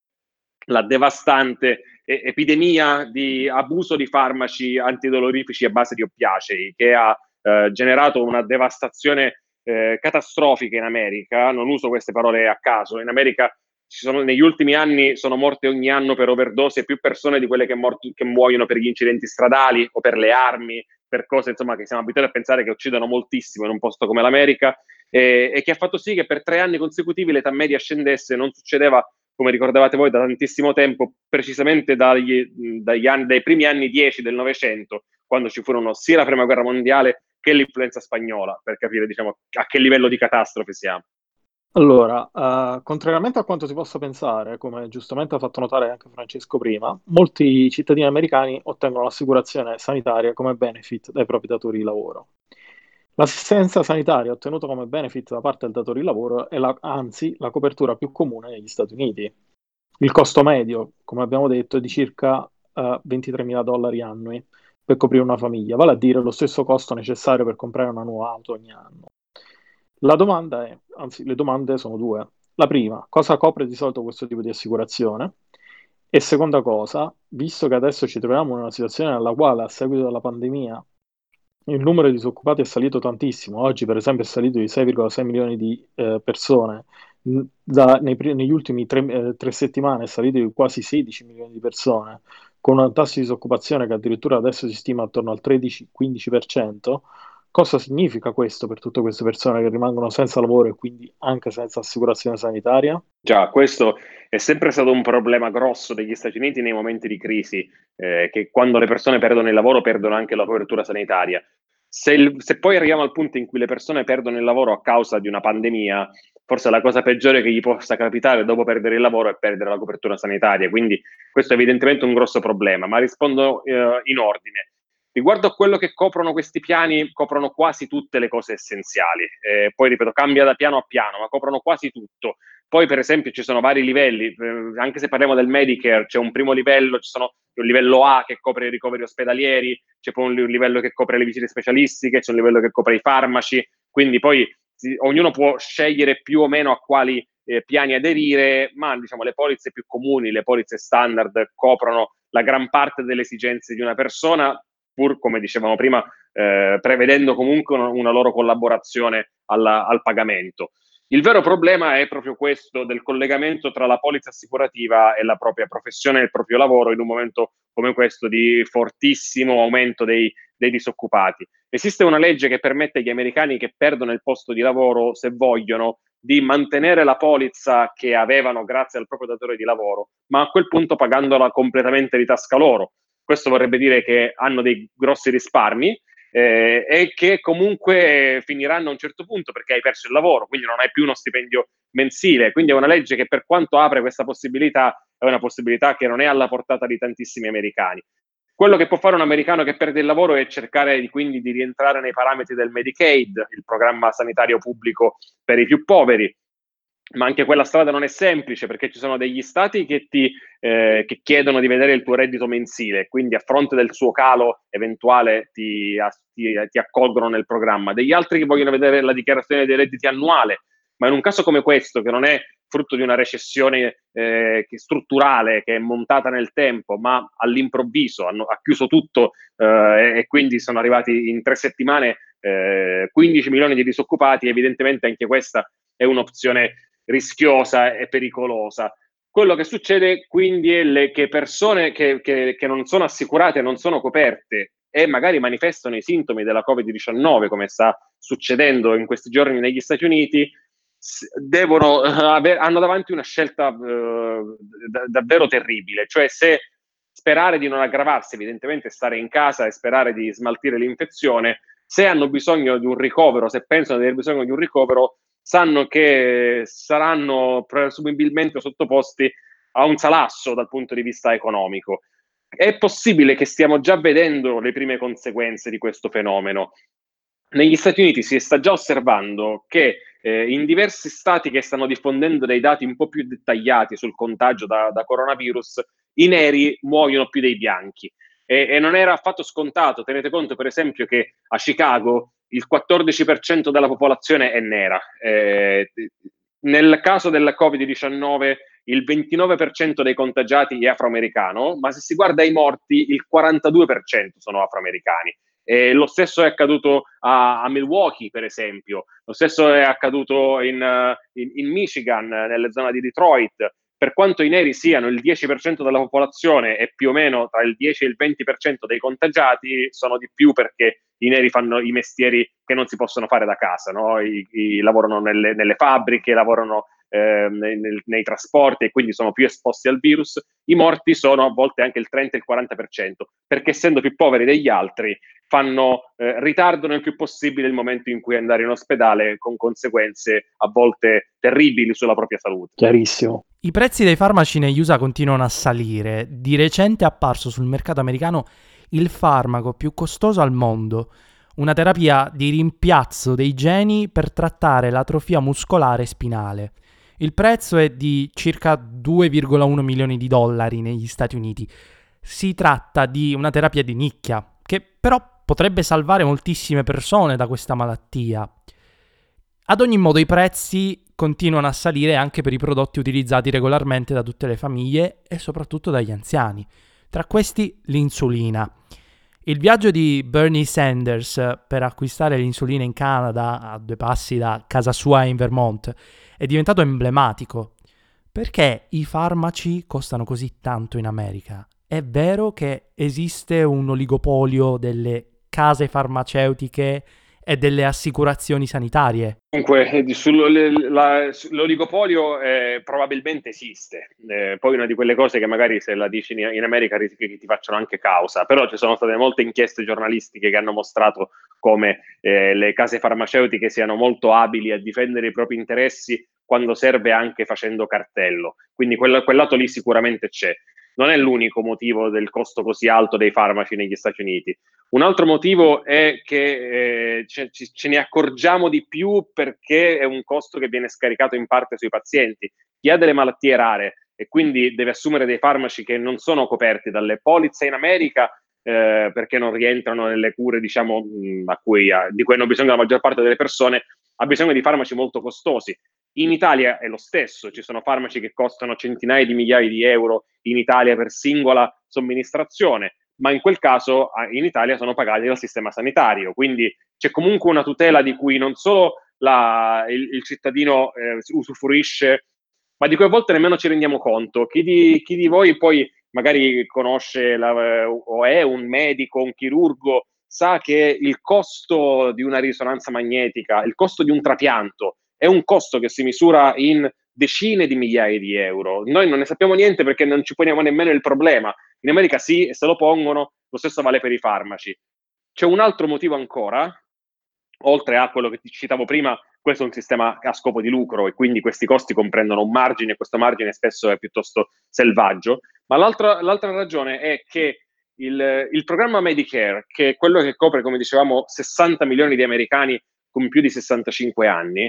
la devastante epidemia di abuso di farmaci antidolorifici a base di oppiacei che ha eh, generato una devastazione eh, catastrofica in America. Non uso queste parole a caso. In America ci sono, negli ultimi anni sono morte ogni anno per overdose più persone di quelle che, morti, che muoiono per gli incidenti stradali o per le armi, per cose insomma che siamo abituati a pensare che uccidono moltissimo in un posto come l'America e, e che ha fatto sì che per tre anni consecutivi l'età media scendesse. Non succedeva, come ricordavate voi, da tantissimo tempo, precisamente dagli, dagli anni, dai primi anni dieci del Novecento, quando ci furono sia la Prima Guerra Mondiale che l'influenza spagnola, per capire diciamo a che livello di catastrofe siamo. Allora, uh, contrariamente a quanto si possa pensare, come giustamente ha fatto notare anche Francesco prima, molti cittadini americani ottengono l'assicurazione sanitaria come benefit dai propri datori di lavoro. L'assistenza sanitaria ottenuta come benefit da parte del datore di lavoro è la, anzi la copertura più comune negli Stati Uniti. Il costo medio, come abbiamo detto, è di circa uh, ventitremila dollari annui per coprire una famiglia, vale a dire lo stesso costo necessario per comprare una nuova auto ogni anno. La domanda è, anzi le domande sono due. La prima, cosa copre di solito questo tipo di assicurazione? E seconda cosa, visto che adesso ci troviamo in una situazione nella quale a seguito della pandemia il numero di disoccupati è salito tantissimo. Oggi, per esempio, è salito di sei virgola sei milioni di eh, persone. N- da- nei pri- negli ultimi tre, eh, tre settimane è salito di quasi sedici milioni di persone, con un tasso di disoccupazione che addirittura adesso si stima attorno al tredici-quindici per cento. Cosa significa questo per tutte queste persone che rimangono senza lavoro e quindi anche senza assicurazione sanitaria? Già, questo è sempre stato un problema grosso degli Stati Uniti nei momenti di crisi, eh, che quando le persone perdono il lavoro perdono anche la copertura sanitaria. Se, il- se poi arriviamo al punto in cui le persone perdono il lavoro a causa di una pandemia, forse la cosa peggiore che gli possa capitare dopo perdere il lavoro è perdere la copertura sanitaria. Quindi questo è evidentemente un grosso problema, ma rispondo eh, in ordine. Riguardo a quello che coprono questi piani, coprono quasi tutte le cose essenziali. Eh, poi ripeto, cambia da piano a piano, ma coprono quasi tutto. Poi, per esempio, ci sono vari livelli, eh, anche se parliamo del Medicare, c'è un primo livello, ci sono un livello A che copre i ricoveri ospedalieri, c'è poi un, un livello che copre le visite specialistiche, c'è un livello che copre i farmaci, quindi poi si, ognuno può scegliere più o meno a quali eh, piani aderire, ma diciamo le polizze più comuni, le polizze standard coprono la gran parte delle esigenze di una persona, pur come dicevamo prima, eh, prevedendo comunque una, una loro collaborazione alla, al pagamento. Il vero problema è proprio questo del collegamento tra la polizza assicurativa e la propria professione e il proprio lavoro in un momento come questo di fortissimo aumento dei, dei disoccupati. Esiste una legge che permette agli americani che perdono il posto di lavoro, se vogliono, di mantenere la polizza che avevano grazie al proprio datore di lavoro, ma a quel punto pagandola completamente di tasca loro. Questo vorrebbe dire che hanno dei grossi risparmi, eh, e che comunque finiranno a un certo punto perché hai perso il lavoro, quindi non hai più uno stipendio mensile. Quindi è una legge che, per quanto apre questa possibilità, è una possibilità che non è alla portata di tantissimi americani. Quello che può fare un americano che perde il lavoro è cercare di, quindi di rientrare nei parametri del Medicaid, il programma sanitario pubblico per i più poveri, ma anche quella strada non è semplice perché ci sono degli stati che ti eh, che chiedono di vedere il tuo reddito mensile, quindi a fronte del suo calo eventuale ti, ti, ti accolgono nel programma, degli altri che vogliono vedere la dichiarazione dei redditi annuale, ma in un caso come questo, che non è frutto di una recessione eh, che strutturale, che è montata nel tempo, ma all'improvviso hanno, ha chiuso tutto eh, e quindi sono arrivati in tre settimane eh, quindici milioni di disoccupati, evidentemente anche questa è un'opzione rischiosa e pericolosa. Quello che succede quindi è le, che persone che, che, che non sono assicurate, non sono coperte e magari manifestano i sintomi della covid diciannove, come sta succedendo in questi giorni negli Stati Uniti, devono aver, hanno davanti una scelta eh, d- davvero terribile, cioè se sperare di non aggravarsi, evidentemente stare in casa e sperare di smaltire l'infezione, se hanno bisogno di un ricovero, se pensano di aver bisogno di un ricovero, sanno che saranno presumibilmente sottoposti a un salasso dal punto di vista economico. È possibile che stiamo già vedendo le prime conseguenze di questo fenomeno. Negli Stati Uniti si sta già osservando che eh, in diversi stati che stanno diffondendo dei dati un po' più dettagliati sul contagio da, da coronavirus, i neri muoiono più dei bianchi. E, e non era affatto scontato. Tenete conto, per esempio, che a Chicago il quattordici per cento della popolazione è nera. Eh, nel caso della covid diciannove il ventinove per cento dei contagiati è afroamericano, ma se si guarda i morti il quarantadue per cento sono afroamericani. Eh, lo stesso è accaduto a, a Milwaukee, per esempio, lo stesso è accaduto in, uh, in, in Michigan, nelle zone di Detroit. Per quanto i neri siano il dieci per cento della popolazione e più o meno tra il dieci e il venti per cento dei contagiati, sono di più perché i neri fanno i mestieri che non si possono fare da casa, no? I, i, lavorano nelle, nelle fabbriche, lavorano eh, nei, nei trasporti e quindi sono più esposti al virus. I morti sono a volte anche il trenta e il quaranta per cento, perché essendo più poveri degli altri fanno eh, ritardano il più possibile il momento in cui andare in ospedale, con conseguenze a volte terribili sulla propria salute. Chiarissimo. I prezzi dei farmaci negli U S A continuano a salire. Di recente è apparso sul mercato americano il farmaco più costoso al mondo, una terapia di rimpiazzo dei geni per trattare l'atrofia muscolare spinale. Il prezzo è di circa due virgola uno milioni di dollari negli Stati Uniti. Si tratta di una terapia di nicchia, che però potrebbe salvare moltissime persone da questa malattia. Ad ogni modo i prezzi continuano a salire anche per i prodotti utilizzati regolarmente da tutte le famiglie e soprattutto dagli anziani. Tra questi l'insulina. Il viaggio di Bernie Sanders per acquistare l'insulina in Canada, a due passi da casa sua in Vermont, è diventato emblematico. Perché i farmaci costano così tanto in America? È vero che esiste un oligopolio delle case farmaceutiche e delle assicurazioni sanitarie? Comunque, eh, sul- le- la- su- l'oligopolio eh, probabilmente esiste. Eh, poi una di quelle cose che magari se la dici in, in America rischi che ti facciano anche causa, però ci sono state molte inchieste giornalistiche che hanno mostrato come eh, le case farmaceutiche siano molto abili a difendere i propri interessi quando serve, anche facendo cartello. Quindi quel, quel lato lì sicuramente c'è. Non è l'unico motivo del costo così alto dei farmaci negli Stati Uniti. Un altro motivo è che eh, ce, ce ne accorgiamo di più perché è un costo che viene scaricato in parte sui pazienti. Chi ha delle malattie rare e quindi deve assumere dei farmaci che non sono coperti dalle polizze in America eh, perché non rientrano nelle cure, diciamo, mh, a cui ha, di cui hanno bisogno la maggior parte delle persone, ha bisogno di farmaci molto costosi. In Italia è lo stesso, ci sono farmaci che costano centinaia di migliaia di euro in Italia per singola somministrazione, ma in quel caso in Italia sono pagati dal sistema sanitario, quindi c'è comunque una tutela di cui non solo la, il, il, cittadino eh, usufruisce, ma di cui a volte nemmeno ci rendiamo conto. Chi di, chi di voi poi magari conosce la, o è un medico, un chirurgo, sa che il costo di una risonanza magnetica, il costo di un trapianto, è un costo che si misura in decine di migliaia di euro. Noi non ne sappiamo niente perché non ci poniamo nemmeno il problema. In America sì, e se lo pongono, lo stesso vale per i farmaci. C'è un altro motivo ancora, oltre a quello che ti citavo prima, questo è un sistema a scopo di lucro e quindi questi costi comprendono un margine e questo margine spesso è piuttosto selvaggio, ma l'altra, l'altra ragione è che il, il programma Medicare, che è quello che copre, come dicevamo, sessanta milioni di americani con più di sessantacinque anni,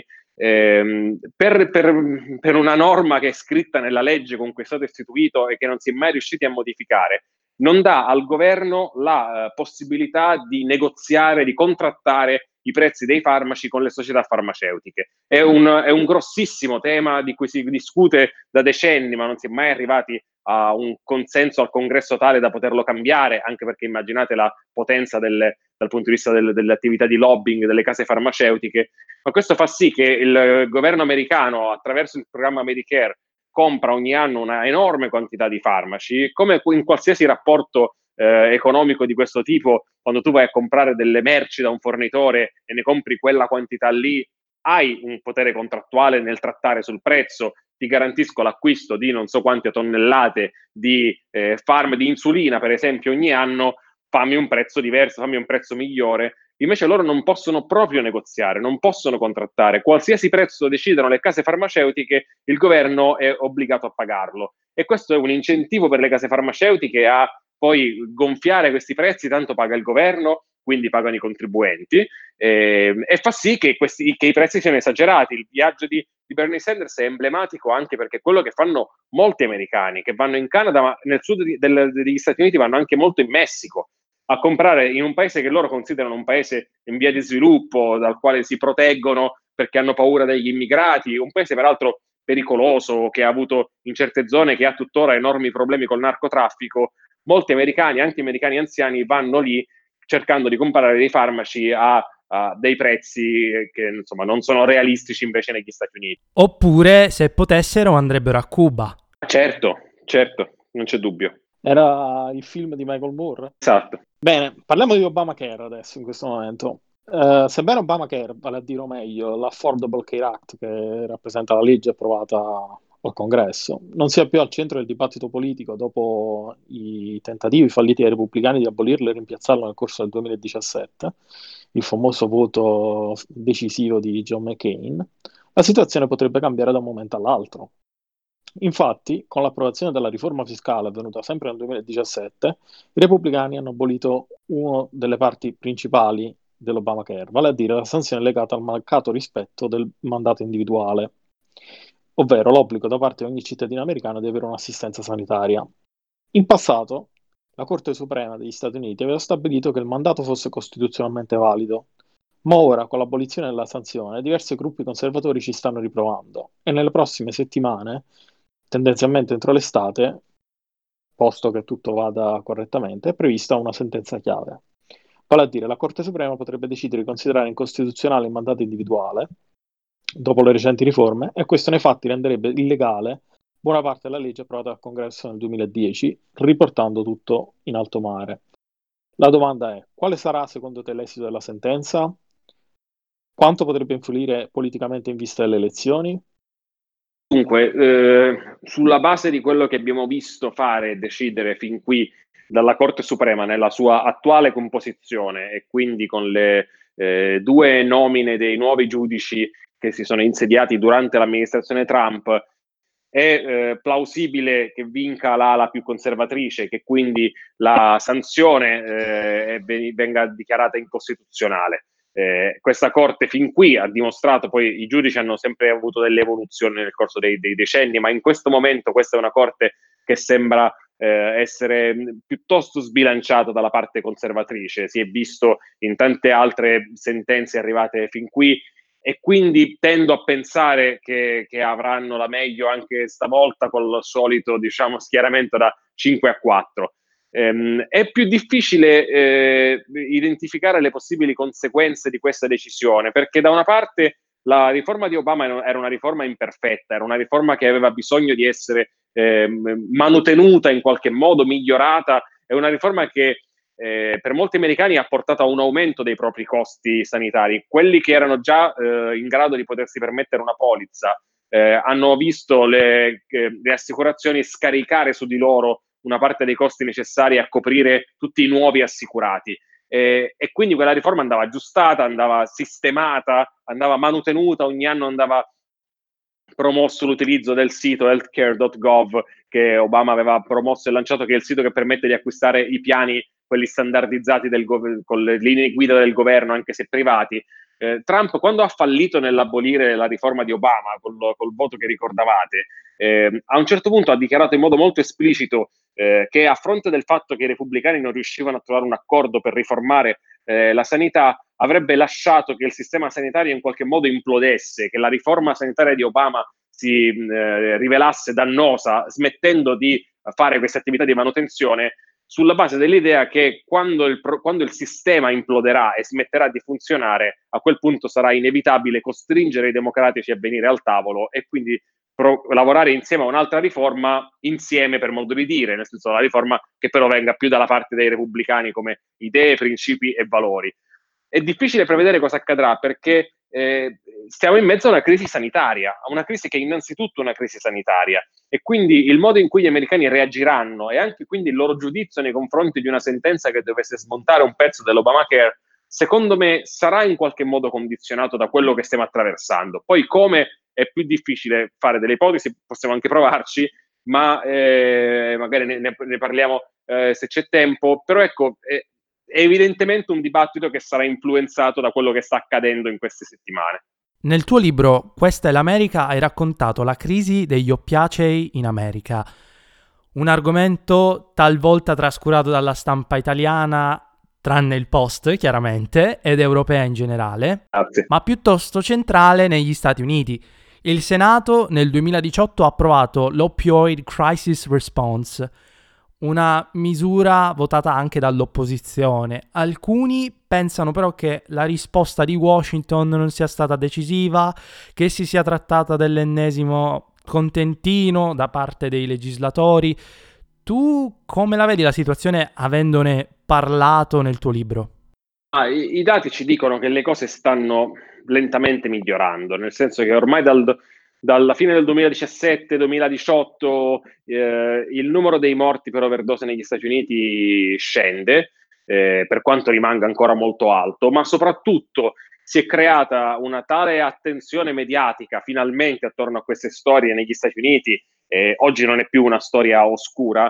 ehm, per, per, per una norma che è scritta nella legge con cui è stato istituito e che non si è mai riusciti a modificare, non dà al governo la uh, possibilità di negoziare, di contrattare i prezzi dei farmaci con le società farmaceutiche. È un, è un grossissimo tema di cui si discute da decenni, ma non si è mai arrivati a un consenso al congresso tale da poterlo cambiare, anche perché immaginate la potenza delle, dal punto di vista del, delle attività di lobbying delle case farmaceutiche, ma questo fa sì che il governo americano, attraverso il programma Medicare, compra ogni anno una enorme quantità di farmaci, come in qualsiasi rapporto eh, economico di questo tipo, quando tu vai a comprare delle merci da un fornitore e ne compri quella quantità lì, hai un potere contrattuale nel trattare sul prezzo, ti garantisco l'acquisto di non so quante tonnellate di eh, farm di insulina, per esempio, ogni anno, fammi un prezzo diverso, fammi un prezzo migliore. Invece loro non possono proprio negoziare, non possono contrattare. Qualsiasi prezzo decidano le case farmaceutiche, il governo è obbligato a pagarlo. E questo è un incentivo per le case farmaceutiche a poi gonfiare questi prezzi, tanto paga il governo, quindi pagano i contribuenti, eh, e fa sì che, questi, che i prezzi siano esagerati. Il viaggio di, di Bernie Sanders è emblematico anche perché è quello che fanno molti americani, che vanno in Canada, ma nel sud di, del, degli Stati Uniti vanno anche molto in Messico, a comprare in un paese che loro considerano un paese in via di sviluppo, dal quale si proteggono perché hanno paura degli immigrati, un paese peraltro pericoloso, che ha avuto in certe zone, che ha tuttora enormi problemi col narcotraffico. Molti americani, anche americani anziani, vanno lì cercando di comprare dei farmaci a, a dei prezzi che insomma non sono realistici invece negli Stati Uniti. Oppure, se potessero, andrebbero a Cuba. Certo, certo, non c'è dubbio. Era il film di Michael Moore? Esatto. Bene, parliamo di Obamacare adesso, in questo momento. Uh, sebbene Obamacare, vale a dire o meglio, l'Affordable Care Act, che rappresenta la legge approvata al Congresso, non sia più al centro del dibattito politico dopo i tentativi falliti dai repubblicani di abolirlo e rimpiazzarlo nel corso del duemiladiciassette, il famoso voto decisivo di John McCain, la situazione potrebbe cambiare da un momento all'altro. Infatti, con l'approvazione della riforma fiscale avvenuta sempre nel duemiladiciassette, i repubblicani hanno abolito una delle parti principali dell'Obamacare, vale a dire la sanzione legata al mancato rispetto del mandato individuale, ovvero l'obbligo da parte di ogni cittadino americano di avere un'assistenza sanitaria. In passato, la Corte Suprema degli Stati Uniti aveva stabilito che il mandato fosse costituzionalmente valido, ma ora, con l'abolizione della sanzione, diversi gruppi conservatori ci stanno riprovando e nelle prossime settimane, tendenzialmente entro l'estate, posto che tutto vada correttamente, è prevista una sentenza chiave. Vale a dire, la Corte Suprema potrebbe decidere di considerare incostituzionale il mandato individuale dopo le recenti riforme, e questo nei fatti renderebbe illegale buona parte della legge approvata dal Congresso nel duemiladieci, riportando tutto in alto mare. La domanda è: quale sarà secondo te l'esito della sentenza? Quanto potrebbe influire politicamente in vista delle elezioni? Dunque, eh, sulla base di quello che abbiamo visto fare e decidere fin qui dalla Corte Suprema nella sua attuale composizione, e quindi con le eh, due nomine dei nuovi giudici che si sono insediati durante l'amministrazione Trump, è eh, plausibile che vinca l'ala più conservatrice, che quindi la sanzione eh, venga dichiarata incostituzionale. Eh, questa Corte fin qui ha dimostrato, poi i giudici hanno sempre avuto delle evoluzioni nel corso dei, dei decenni, ma in questo momento questa è una Corte che sembra eh, essere piuttosto sbilanciata dalla parte conservatrice. Si è visto in tante altre sentenze arrivate fin qui, e quindi tendo a pensare che, che avranno la meglio anche stavolta col solito, diciamo, schieramento da cinque a quattro. Um, è più difficile eh, identificare le possibili conseguenze di questa decisione, perché da una parte la riforma di Obama era una riforma imperfetta, era una riforma che aveva bisogno di essere eh, manutenuta in qualche modo, migliorata, è una riforma che eh, per molti americani ha portato a un aumento dei propri costi sanitari. Quelli che erano già eh, in grado di potersi permettere una polizza eh, hanno visto le, eh, le assicurazioni scaricare su di loro una parte dei costi necessari a coprire tutti i nuovi assicurati. Eh, e quindi quella riforma andava aggiustata, andava sistemata, andava manutenuta, ogni anno andava promosso l'utilizzo del sito healthcare punto gov che Obama aveva promosso e lanciato, che è il sito che permette di acquistare i piani, quelli standardizzati del gov- con le linee guida del governo, anche se privati. Eh, Trump, quando ha fallito nell'abolire la riforma di Obama col, col voto che ricordavate, eh, a un certo punto ha dichiarato in modo molto esplicito eh, che, a fronte del fatto che i repubblicani non riuscivano a trovare un accordo per riformare eh, la sanità, avrebbe lasciato che il sistema sanitario in qualche modo implodesse, che la riforma sanitaria di Obama si eh, rivelasse dannosa, smettendo di fare queste attività di manutenzione, sulla base dell'idea che quando il, quando il sistema imploderà e smetterà di funzionare, a quel punto sarà inevitabile costringere i democratici a venire al tavolo e quindi pro- lavorare insieme a un'altra riforma, insieme per modo di dire, nel senso la riforma che però venga più dalla parte dei repubblicani come idee, principi e valori. È difficile prevedere cosa accadrà, perché eh, stiamo in mezzo a una crisi sanitaria, a una crisi che è innanzitutto una crisi sanitaria, e quindi il modo in cui gli americani reagiranno e anche quindi il loro giudizio nei confronti di una sentenza che dovesse smontare un pezzo dell'Obamacare, secondo me sarà in qualche modo condizionato da quello che stiamo attraversando. Poi come è più difficile fare delle ipotesi, possiamo anche provarci, ma eh, magari ne, ne parliamo eh, se c'è tempo, però ecco, eh, è evidentemente un dibattito che sarà influenzato da quello che sta accadendo in queste settimane. Nel tuo libro Questa è l'America hai raccontato la crisi degli oppiacei in America, un argomento talvolta trascurato dalla stampa italiana, tranne il Post chiaramente, ed europea in generale, Grazie. ma piuttosto centrale negli Stati Uniti. Il Senato nel duemiladiciotto ha approvato l'Opioid Crisis Response, una misura votata anche dall'opposizione. Alcuni pensano però che la risposta di Washington non sia stata decisiva, che si sia trattata dell'ennesimo contentino da parte dei legislatori. Tu come la vedi la situazione, avendone parlato nel tuo libro? Ah, i, i dati ci dicono che le cose stanno lentamente migliorando, nel senso che ormai dal, dalla fine del duemiladiciassette duemiladiciotto eh, il numero dei morti per overdose negli Stati Uniti scende, eh, per quanto rimanga ancora molto alto, ma soprattutto si è creata una tale attenzione mediatica finalmente attorno a queste storie negli Stati Uniti, eh, oggi non è più una storia oscura,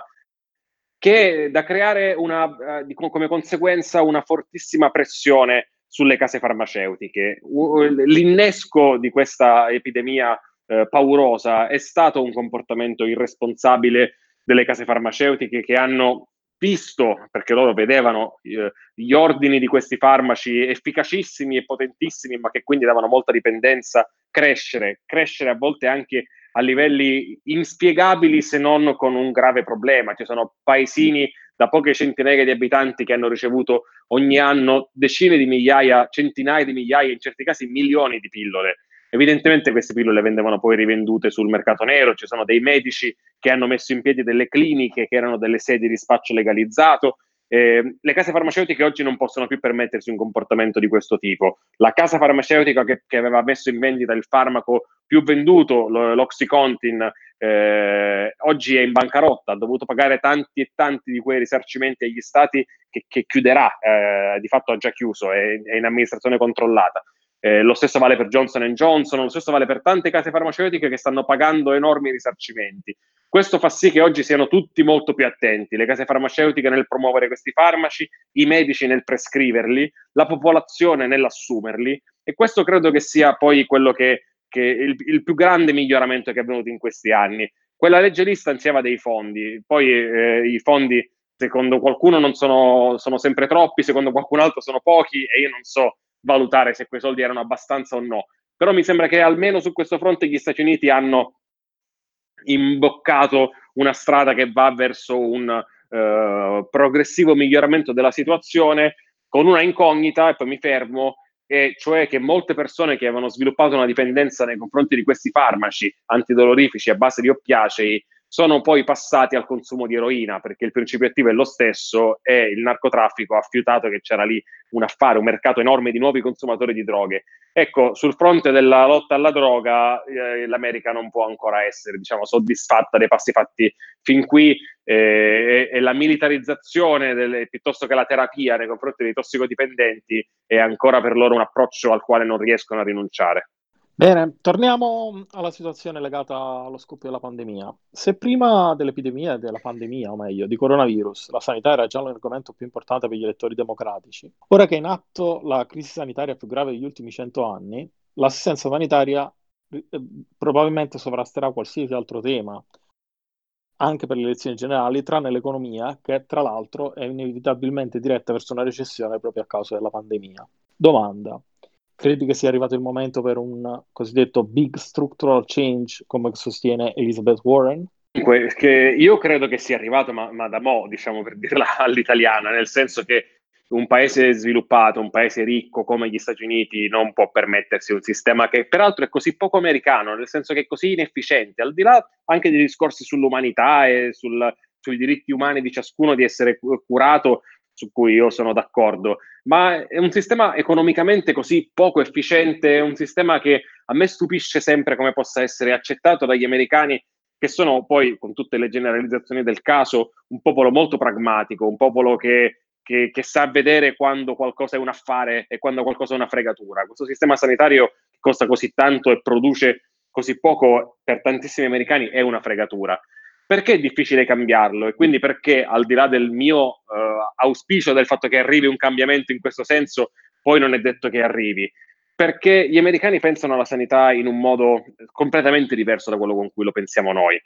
che da creare una, eh, come conseguenza una fortissima pressione sulle case farmaceutiche. U- l'innesco di questa epidemia eh, paurosa è stato un comportamento irresponsabile delle case farmaceutiche, che hanno visto, perché loro vedevano eh, gli ordini di questi farmaci efficacissimi e potentissimi, ma che quindi davano molta dipendenza, crescere, crescere a volte anche a livelli inspiegabili, se non con un grave problema. Ci sono paesini da poche centinaia di abitanti che hanno ricevuto ogni anno decine di migliaia, centinaia di migliaia, in certi casi milioni di pillole. Evidentemente queste pillole venivano poi rivendute sul mercato nero, ci sono dei medici che hanno messo in piedi delle cliniche che erano delle sedi di spaccio legalizzato. Eh, le case farmaceutiche oggi non possono più permettersi un comportamento di questo tipo. La casa farmaceutica che, che aveva messo in vendita il farmaco più venduto, lo, l'Oxycontin, eh, oggi è in bancarotta, ha dovuto pagare tanti e tanti di quei risarcimenti agli stati che, che chiuderà, eh, di fatto ha già chiuso, è, è in amministrazione controllata. Eh, lo stesso vale per Johnson and Johnson, lo stesso vale per tante case farmaceutiche che stanno pagando enormi risarcimenti. Questo fa sì che oggi siano tutti molto più attenti, le case farmaceutiche nel promuovere questi farmaci, i medici nel prescriverli, la popolazione nell'assumerli, e questo credo che sia poi quello che, che il, il più grande miglioramento che è avvenuto in questi anni. Quella legge lì stanziava dei fondi, poi eh, i fondi secondo qualcuno non sono, sono sempre troppi, secondo qualcun altro sono pochi, e io non so valutare se quei soldi erano abbastanza o no, però mi sembra che almeno su questo fronte gli Stati Uniti hanno imboccato una strada che va verso un uh, progressivo miglioramento della situazione, con una incognita, e poi mi fermo, e cioè che molte persone che avevano sviluppato una dipendenza nei confronti di questi farmaci antidolorifici a base di oppiacei sono poi passati al consumo di eroina, perché il principio attivo è lo stesso e il narcotraffico ha fiutato che c'era lì un affare, un mercato enorme di nuovi consumatori di droghe. Ecco, sul fronte della lotta alla droga, eh, l'America non può ancora essere, diciamo, soddisfatta dei passi fatti fin qui, eh, e, e la militarizzazione delle, piuttosto che la terapia nei confronti dei tossicodipendenti è ancora per loro un approccio al quale non riescono a rinunciare. Bene, torniamo alla situazione legata allo scoppio della pandemia. Se prima dell'epidemia, della pandemia, o meglio, di coronavirus, la sanità era già l'argomento più importante per gli elettori democratici, ora che è in atto la crisi sanitaria più grave degli ultimi cento anni, l'assistenza sanitaria eh, probabilmente sovrasterà qualsiasi altro tema, anche per le elezioni generali, tranne l'economia, che tra l'altro è inevitabilmente diretta verso una recessione proprio a causa della pandemia. Domanda. Credi che sia arrivato il momento per un cosiddetto big structural change, come sostiene Elizabeth Warren? Dunque, che io credo che sia arrivato, ma, ma da mo', diciamo, per dirla all'italiana, nel senso che un paese sviluppato, un paese ricco come gli Stati Uniti non può permettersi un sistema che peraltro è così poco americano, nel senso che è così inefficiente, al di là anche dei discorsi sull'umanità e sul, sui diritti umani di ciascuno di essere curato, su cui io sono d'accordo, ma è un sistema economicamente così poco efficiente, è un sistema che a me stupisce sempre come possa essere accettato dagli americani, che sono poi, con tutte le generalizzazioni del caso, un popolo molto pragmatico, un popolo che, che, che sa vedere quando qualcosa è un affare e quando qualcosa è una fregatura. Questo sistema sanitario che costa così tanto e produce così poco per tantissimi americani è una fregatura. Perché è difficile cambiarlo? E quindi perché, al di là del mio uh, auspicio del fatto che arrivi un cambiamento in questo senso, poi non è detto che arrivi? Perché gli americani pensano alla sanità in un modo completamente diverso da quello con cui lo pensiamo noi.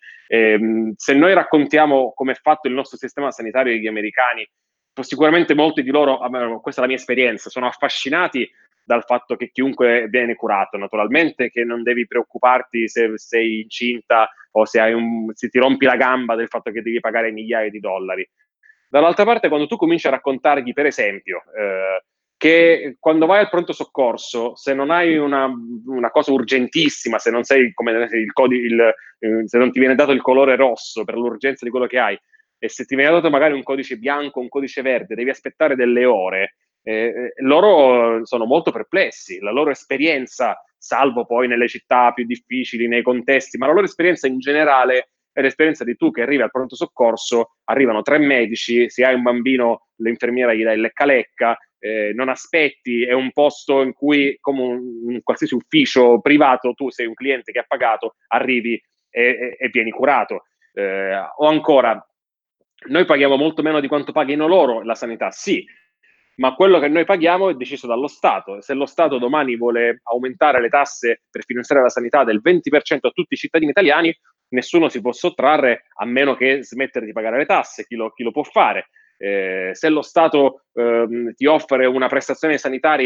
E, se noi raccontiamo come è fatto il nostro sistema sanitario degli americani, sicuramente molti di loro, questa è la mia esperienza, sono affascinati dal fatto che chiunque viene curato, naturalmente, che non devi preoccuparti se sei incinta o se, hai un, se ti rompi la gamba del fatto che devi pagare migliaia di dollari. Dall'altra parte, quando tu cominci a raccontargli, per esempio, eh, che quando vai al pronto soccorso, se non hai una, una cosa urgentissima, se non sei come il codice, il, eh, se non ti viene dato il colore rosso per l'urgenza di quello che hai, e se ti viene dato magari un codice bianco, un codice verde, devi aspettare delle ore, eh, loro sono molto perplessi. La loro esperienza, salvo poi nelle città più difficili, nei contesti, ma la loro esperienza in generale è l'esperienza di tu che arrivi al pronto soccorso, arrivano tre medici, se hai un bambino l'infermiera gli dà il lecca-lecca, eh, non aspetti, è un posto in cui, come un, un qualsiasi ufficio privato, tu sei un cliente che ha pagato, arrivi e, e, e vieni curato. Eh, o ancora, noi paghiamo molto meno di quanto paghino loro la sanità, sì, ma quello che noi paghiamo è deciso dallo Stato. Se lo Stato domani vuole aumentare le tasse per finanziare la sanità del venti per cento a tutti i cittadini italiani, nessuno si può sottrarre, a meno che smettere di pagare le tasse, chi lo, chi lo può fare. Eh, se lo Stato ehm, ti offre una prestazione sanitaria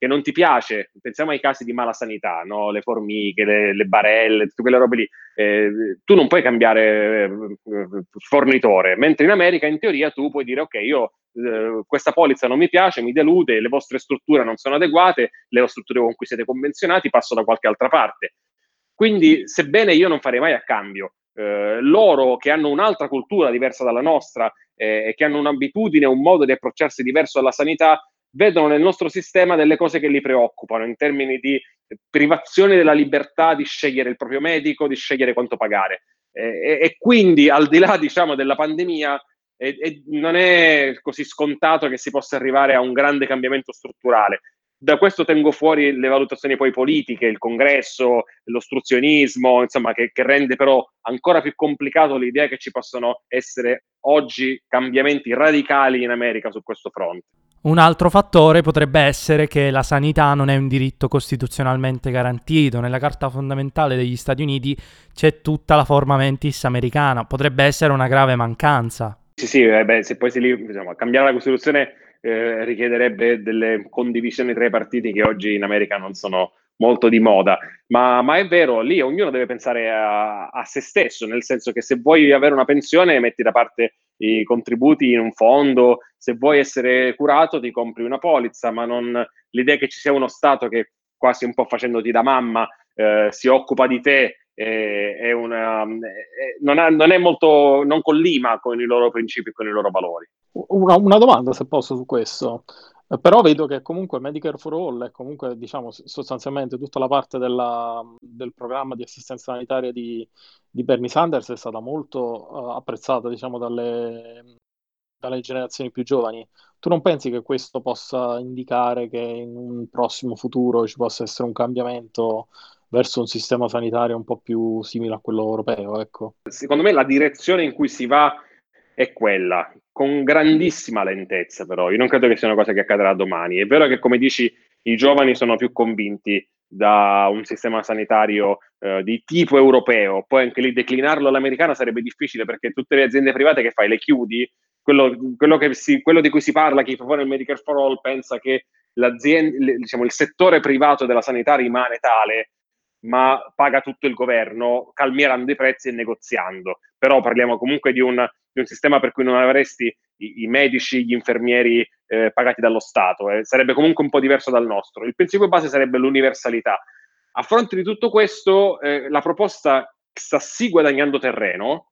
che non ti piace, pensiamo ai casi di mala sanità, no? Le formiche, le, le barelle, tutte quelle robe lì, eh, tu non puoi cambiare eh, fornitore, mentre in America in teoria tu puoi dire ok, io eh, questa polizza non mi piace, mi delude, le vostre strutture non sono adeguate, le strutture con cui siete convenzionati, passo da qualche altra parte. Quindi, sebbene io non farei mai a cambio, eh, loro che hanno un'altra cultura diversa dalla nostra eh, e che hanno un'abitudine, un modo di approcciarsi diverso alla sanità, vedono nel nostro sistema delle cose che li preoccupano in termini di privazione della libertà di scegliere il proprio medico, di scegliere quanto pagare. Eh, e, e quindi, al di là, diciamo, della pandemia, eh, eh, non è così scontato che si possa arrivare a un grande cambiamento strutturale. Da questo tengo fuori le valutazioni poi politiche, il congresso, l'ostruzionismo, insomma, che, che rende però ancora più complicato l'idea che ci possano essere oggi cambiamenti radicali in America su questo fronte. Un altro fattore potrebbe essere che la sanità non è un diritto costituzionalmente garantito. Nella Carta fondamentale degli Stati Uniti c'è tutta la forma mentis americana. Potrebbe essere una grave mancanza. Sì, sì, eh beh, se poi si li, diciamo, cambiare la Costituzione eh, richiederebbe delle condivisioni tra i partiti che oggi in America non sono molto di moda, ma, ma è vero, lì ognuno deve pensare a, a se stesso, nel senso che se vuoi avere una pensione metti da parte i contributi in un fondo, se vuoi essere curato ti compri una polizza, ma non l'idea che ci sia uno Stato che quasi un po' facendoti da mamma eh, si occupa di te, eh, è una, eh, non, ha, non è molto, non collima con i loro principi e con i loro valori. Una, una domanda, se posso, su questo. Eh, Però vedo che comunque Medicare for All è comunque, diciamo, s- sostanzialmente tutta la parte della- del programma di assistenza sanitaria di, di Bernie Sanders è stata molto eh, apprezzata, diciamo, dalle, dalle generazioni più giovani. Tu non pensi che questo possa indicare che in un prossimo futuro ci possa essere un cambiamento verso un sistema sanitario un po' più simile a quello europeo, ecco? Secondo me la direzione in cui si va è quella, con grandissima lentezza però. Io non credo che sia una cosa che accadrà domani. È vero che, come dici, i giovani sono più convinti da un sistema sanitario eh, di tipo europeo, poi anche lì declinarlo all'americana sarebbe difficile perché tutte le aziende private che fai le chiudi, quello, quello, che si, quello di cui si parla, chi propone il Medicare for All pensa che l'azienda, diciamo, il settore privato della sanità rimane tale, ma paga tutto il governo, calmierando i prezzi e negoziando. Però parliamo comunque di un, di un sistema per cui non avresti i, i medici, gli infermieri eh, pagati dallo Stato. Eh. Sarebbe comunque un po' diverso dal nostro. Il principio base sarebbe l'universalità. A fronte di tutto questo, eh, la proposta sta sì guadagnando terreno.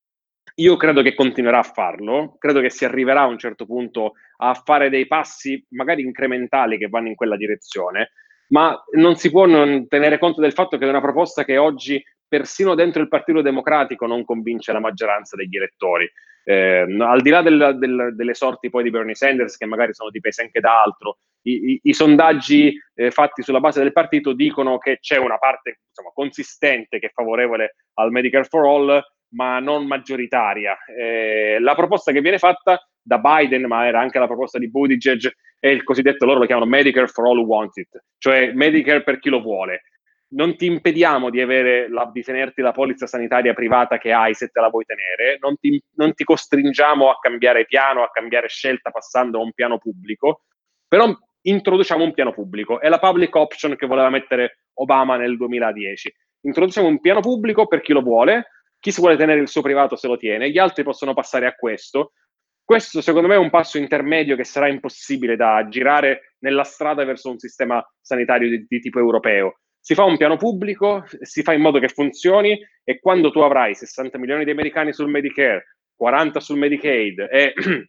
Io credo che continuerà a farlo, credo che si arriverà a un certo punto a fare dei passi magari incrementali che vanno in quella direzione, ma non si può non tenere conto del fatto che è una proposta che oggi persino dentro il Partito Democratico non convince la maggioranza degli elettori. Eh, al di là del, del, delle sorti poi di Bernie Sanders, che magari sono dipese anche da altro, i, i, i sondaggi eh, fatti sulla base del partito dicono che c'è una parte, insomma, consistente che è favorevole al Medicare for All, ma non maggioritaria. Eh, la proposta che viene fatta da Biden, ma era anche la proposta di Buttigieg, è il cosiddetto, loro lo chiamano Medicare for all who want it, cioè Medicare per chi lo vuole. Non ti impediamo di, avere la, di tenerti la polizza sanitaria privata che hai se te la vuoi tenere, non ti, non ti costringiamo a cambiare piano, a cambiare scelta passando a un piano pubblico, però introduciamo un piano pubblico. È la public option che voleva mettere Obama nel duemiladieci. Introduciamo un piano pubblico per chi lo vuole, chi si vuole tenere il suo privato se lo tiene, gli altri possono passare a questo. Questo secondo me è un passo intermedio che sarà impossibile da girare nella strada verso un sistema sanitario di, di tipo europeo. Si fa un piano pubblico, si fa in modo che funzioni e quando tu avrai sessanta milioni di americani sul Medicare, quaranta sul Medicaid e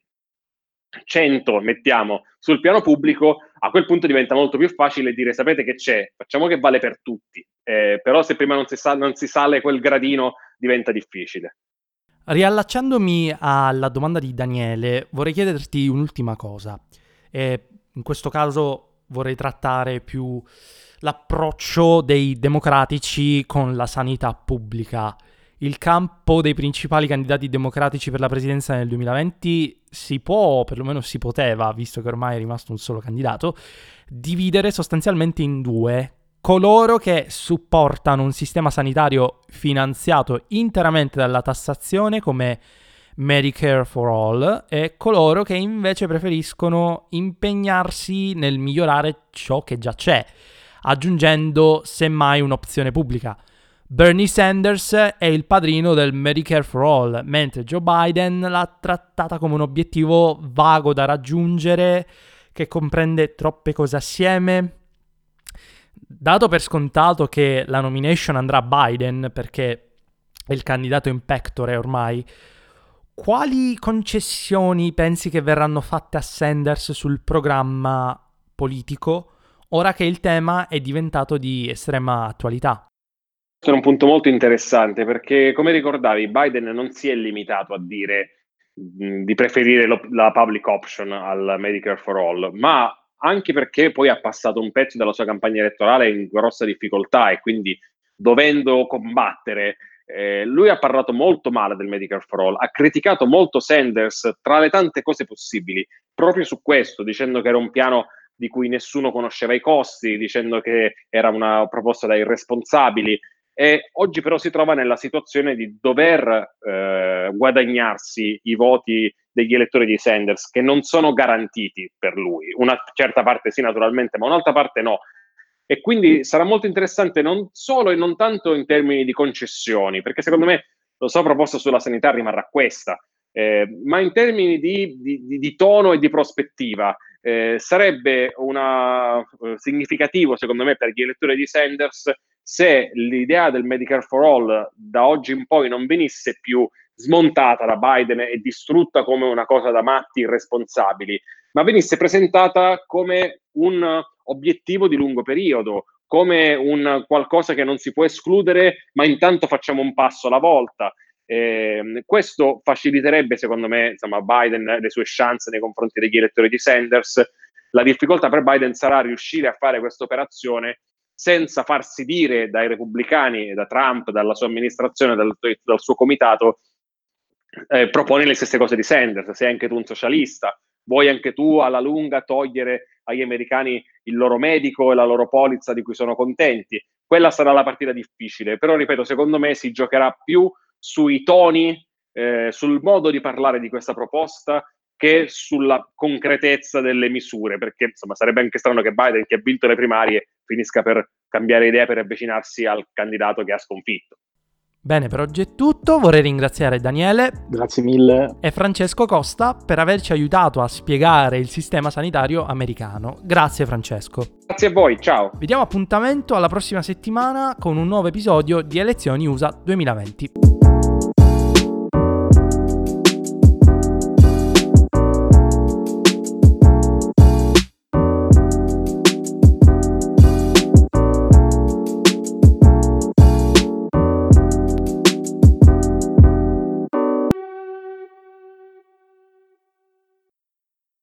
cento, mettiamo, sul piano pubblico, a quel punto diventa molto più facile dire sapete che c'è, facciamo che vale per tutti, eh, però se prima non si, sa- non si sale quel gradino diventa difficile. Riallacciandomi alla domanda di Daniele, vorrei chiederti un'ultima cosa. E in questo caso vorrei trattare più l'approccio dei democratici con la sanità pubblica. Il campo dei principali candidati democratici per la presidenza nel duemilaventi si può, perlomeno si poteva, visto che ormai è rimasto un solo candidato, dividere sostanzialmente in due. Coloro che supportano un sistema sanitario finanziato interamente dalla tassazione, come Medicare for All e coloro che invece preferiscono impegnarsi nel migliorare ciò che già c'è, aggiungendo semmai un'opzione pubblica. Bernie Sanders è il padrino del Medicare for All, mentre Joe Biden l'ha trattata come un obiettivo vago da raggiungere, che comprende troppe cose assieme. Dato per scontato che la nomination andrà a Biden, perché è il candidato in pectore ormai, quali concessioni pensi che verranno fatte a Sanders sul programma politico, ora che il tema è diventato di estrema attualità? Questo è un punto molto interessante, perché come ricordavi Biden non si è limitato a dire mh, di preferire lo, la public option al Medicare for All, ma anche perché poi ha passato un pezzo della sua campagna elettorale in grossa difficoltà e quindi dovendo combattere, eh, lui ha parlato molto male del Medicare for All, ha criticato molto Sanders tra le tante cose possibili, proprio su questo, dicendo che era un piano di cui nessuno conosceva i costi, dicendo che era una proposta da irresponsabili. E oggi però si trova nella situazione di dover eh, guadagnarsi i voti degli elettori di Sanders, che non sono garantiti per lui. Una certa parte sì, naturalmente, ma un'altra parte no. E quindi sarà molto interessante non solo e non tanto in termini di concessioni, perché secondo me la sua proposta sulla sanità rimarrà questa, eh, ma in termini di, di, di tono e di prospettiva. Eh, sarebbe una, eh, significativo, secondo me, per gli elettori di Sanders se l'idea del Medicare for All da oggi in poi non venisse più smontata da Biden e distrutta come una cosa da matti irresponsabili, ma venisse presentata come un obiettivo di lungo periodo, come un qualcosa che non si può escludere, ma intanto facciamo un passo alla volta. Eh, questo faciliterebbe, secondo me, insomma, Biden le sue chance nei confronti degli elettori di Sanders. La difficoltà per Biden sarà riuscire a fare questa operazione senza farsi dire dai repubblicani, da Trump, dalla sua amministrazione, dal, dal suo comitato, eh, propone le stesse cose di Sanders. Sei anche tu un socialista, vuoi anche tu alla lunga togliere agli americani il loro medico e la loro polizza di cui sono contenti. Quella sarà la partita difficile, però ripeto, secondo me si giocherà più sui toni, eh, sul modo di parlare di questa proposta che sulla concretezza delle misure, perché insomma sarebbe anche strano che Biden, che ha vinto le primarie, finisca per cambiare idea per avvicinarsi al candidato che ha sconfitto. Bene, per oggi è tutto. Vorrei ringraziare Daniele Grazie mille. e Francesco Costa per averci aiutato a spiegare il sistema sanitario americano. Grazie Francesco. Grazie a voi, ciao. Vi diamo appuntamento alla prossima settimana con un nuovo episodio di Elezioni U S A duemilaventi.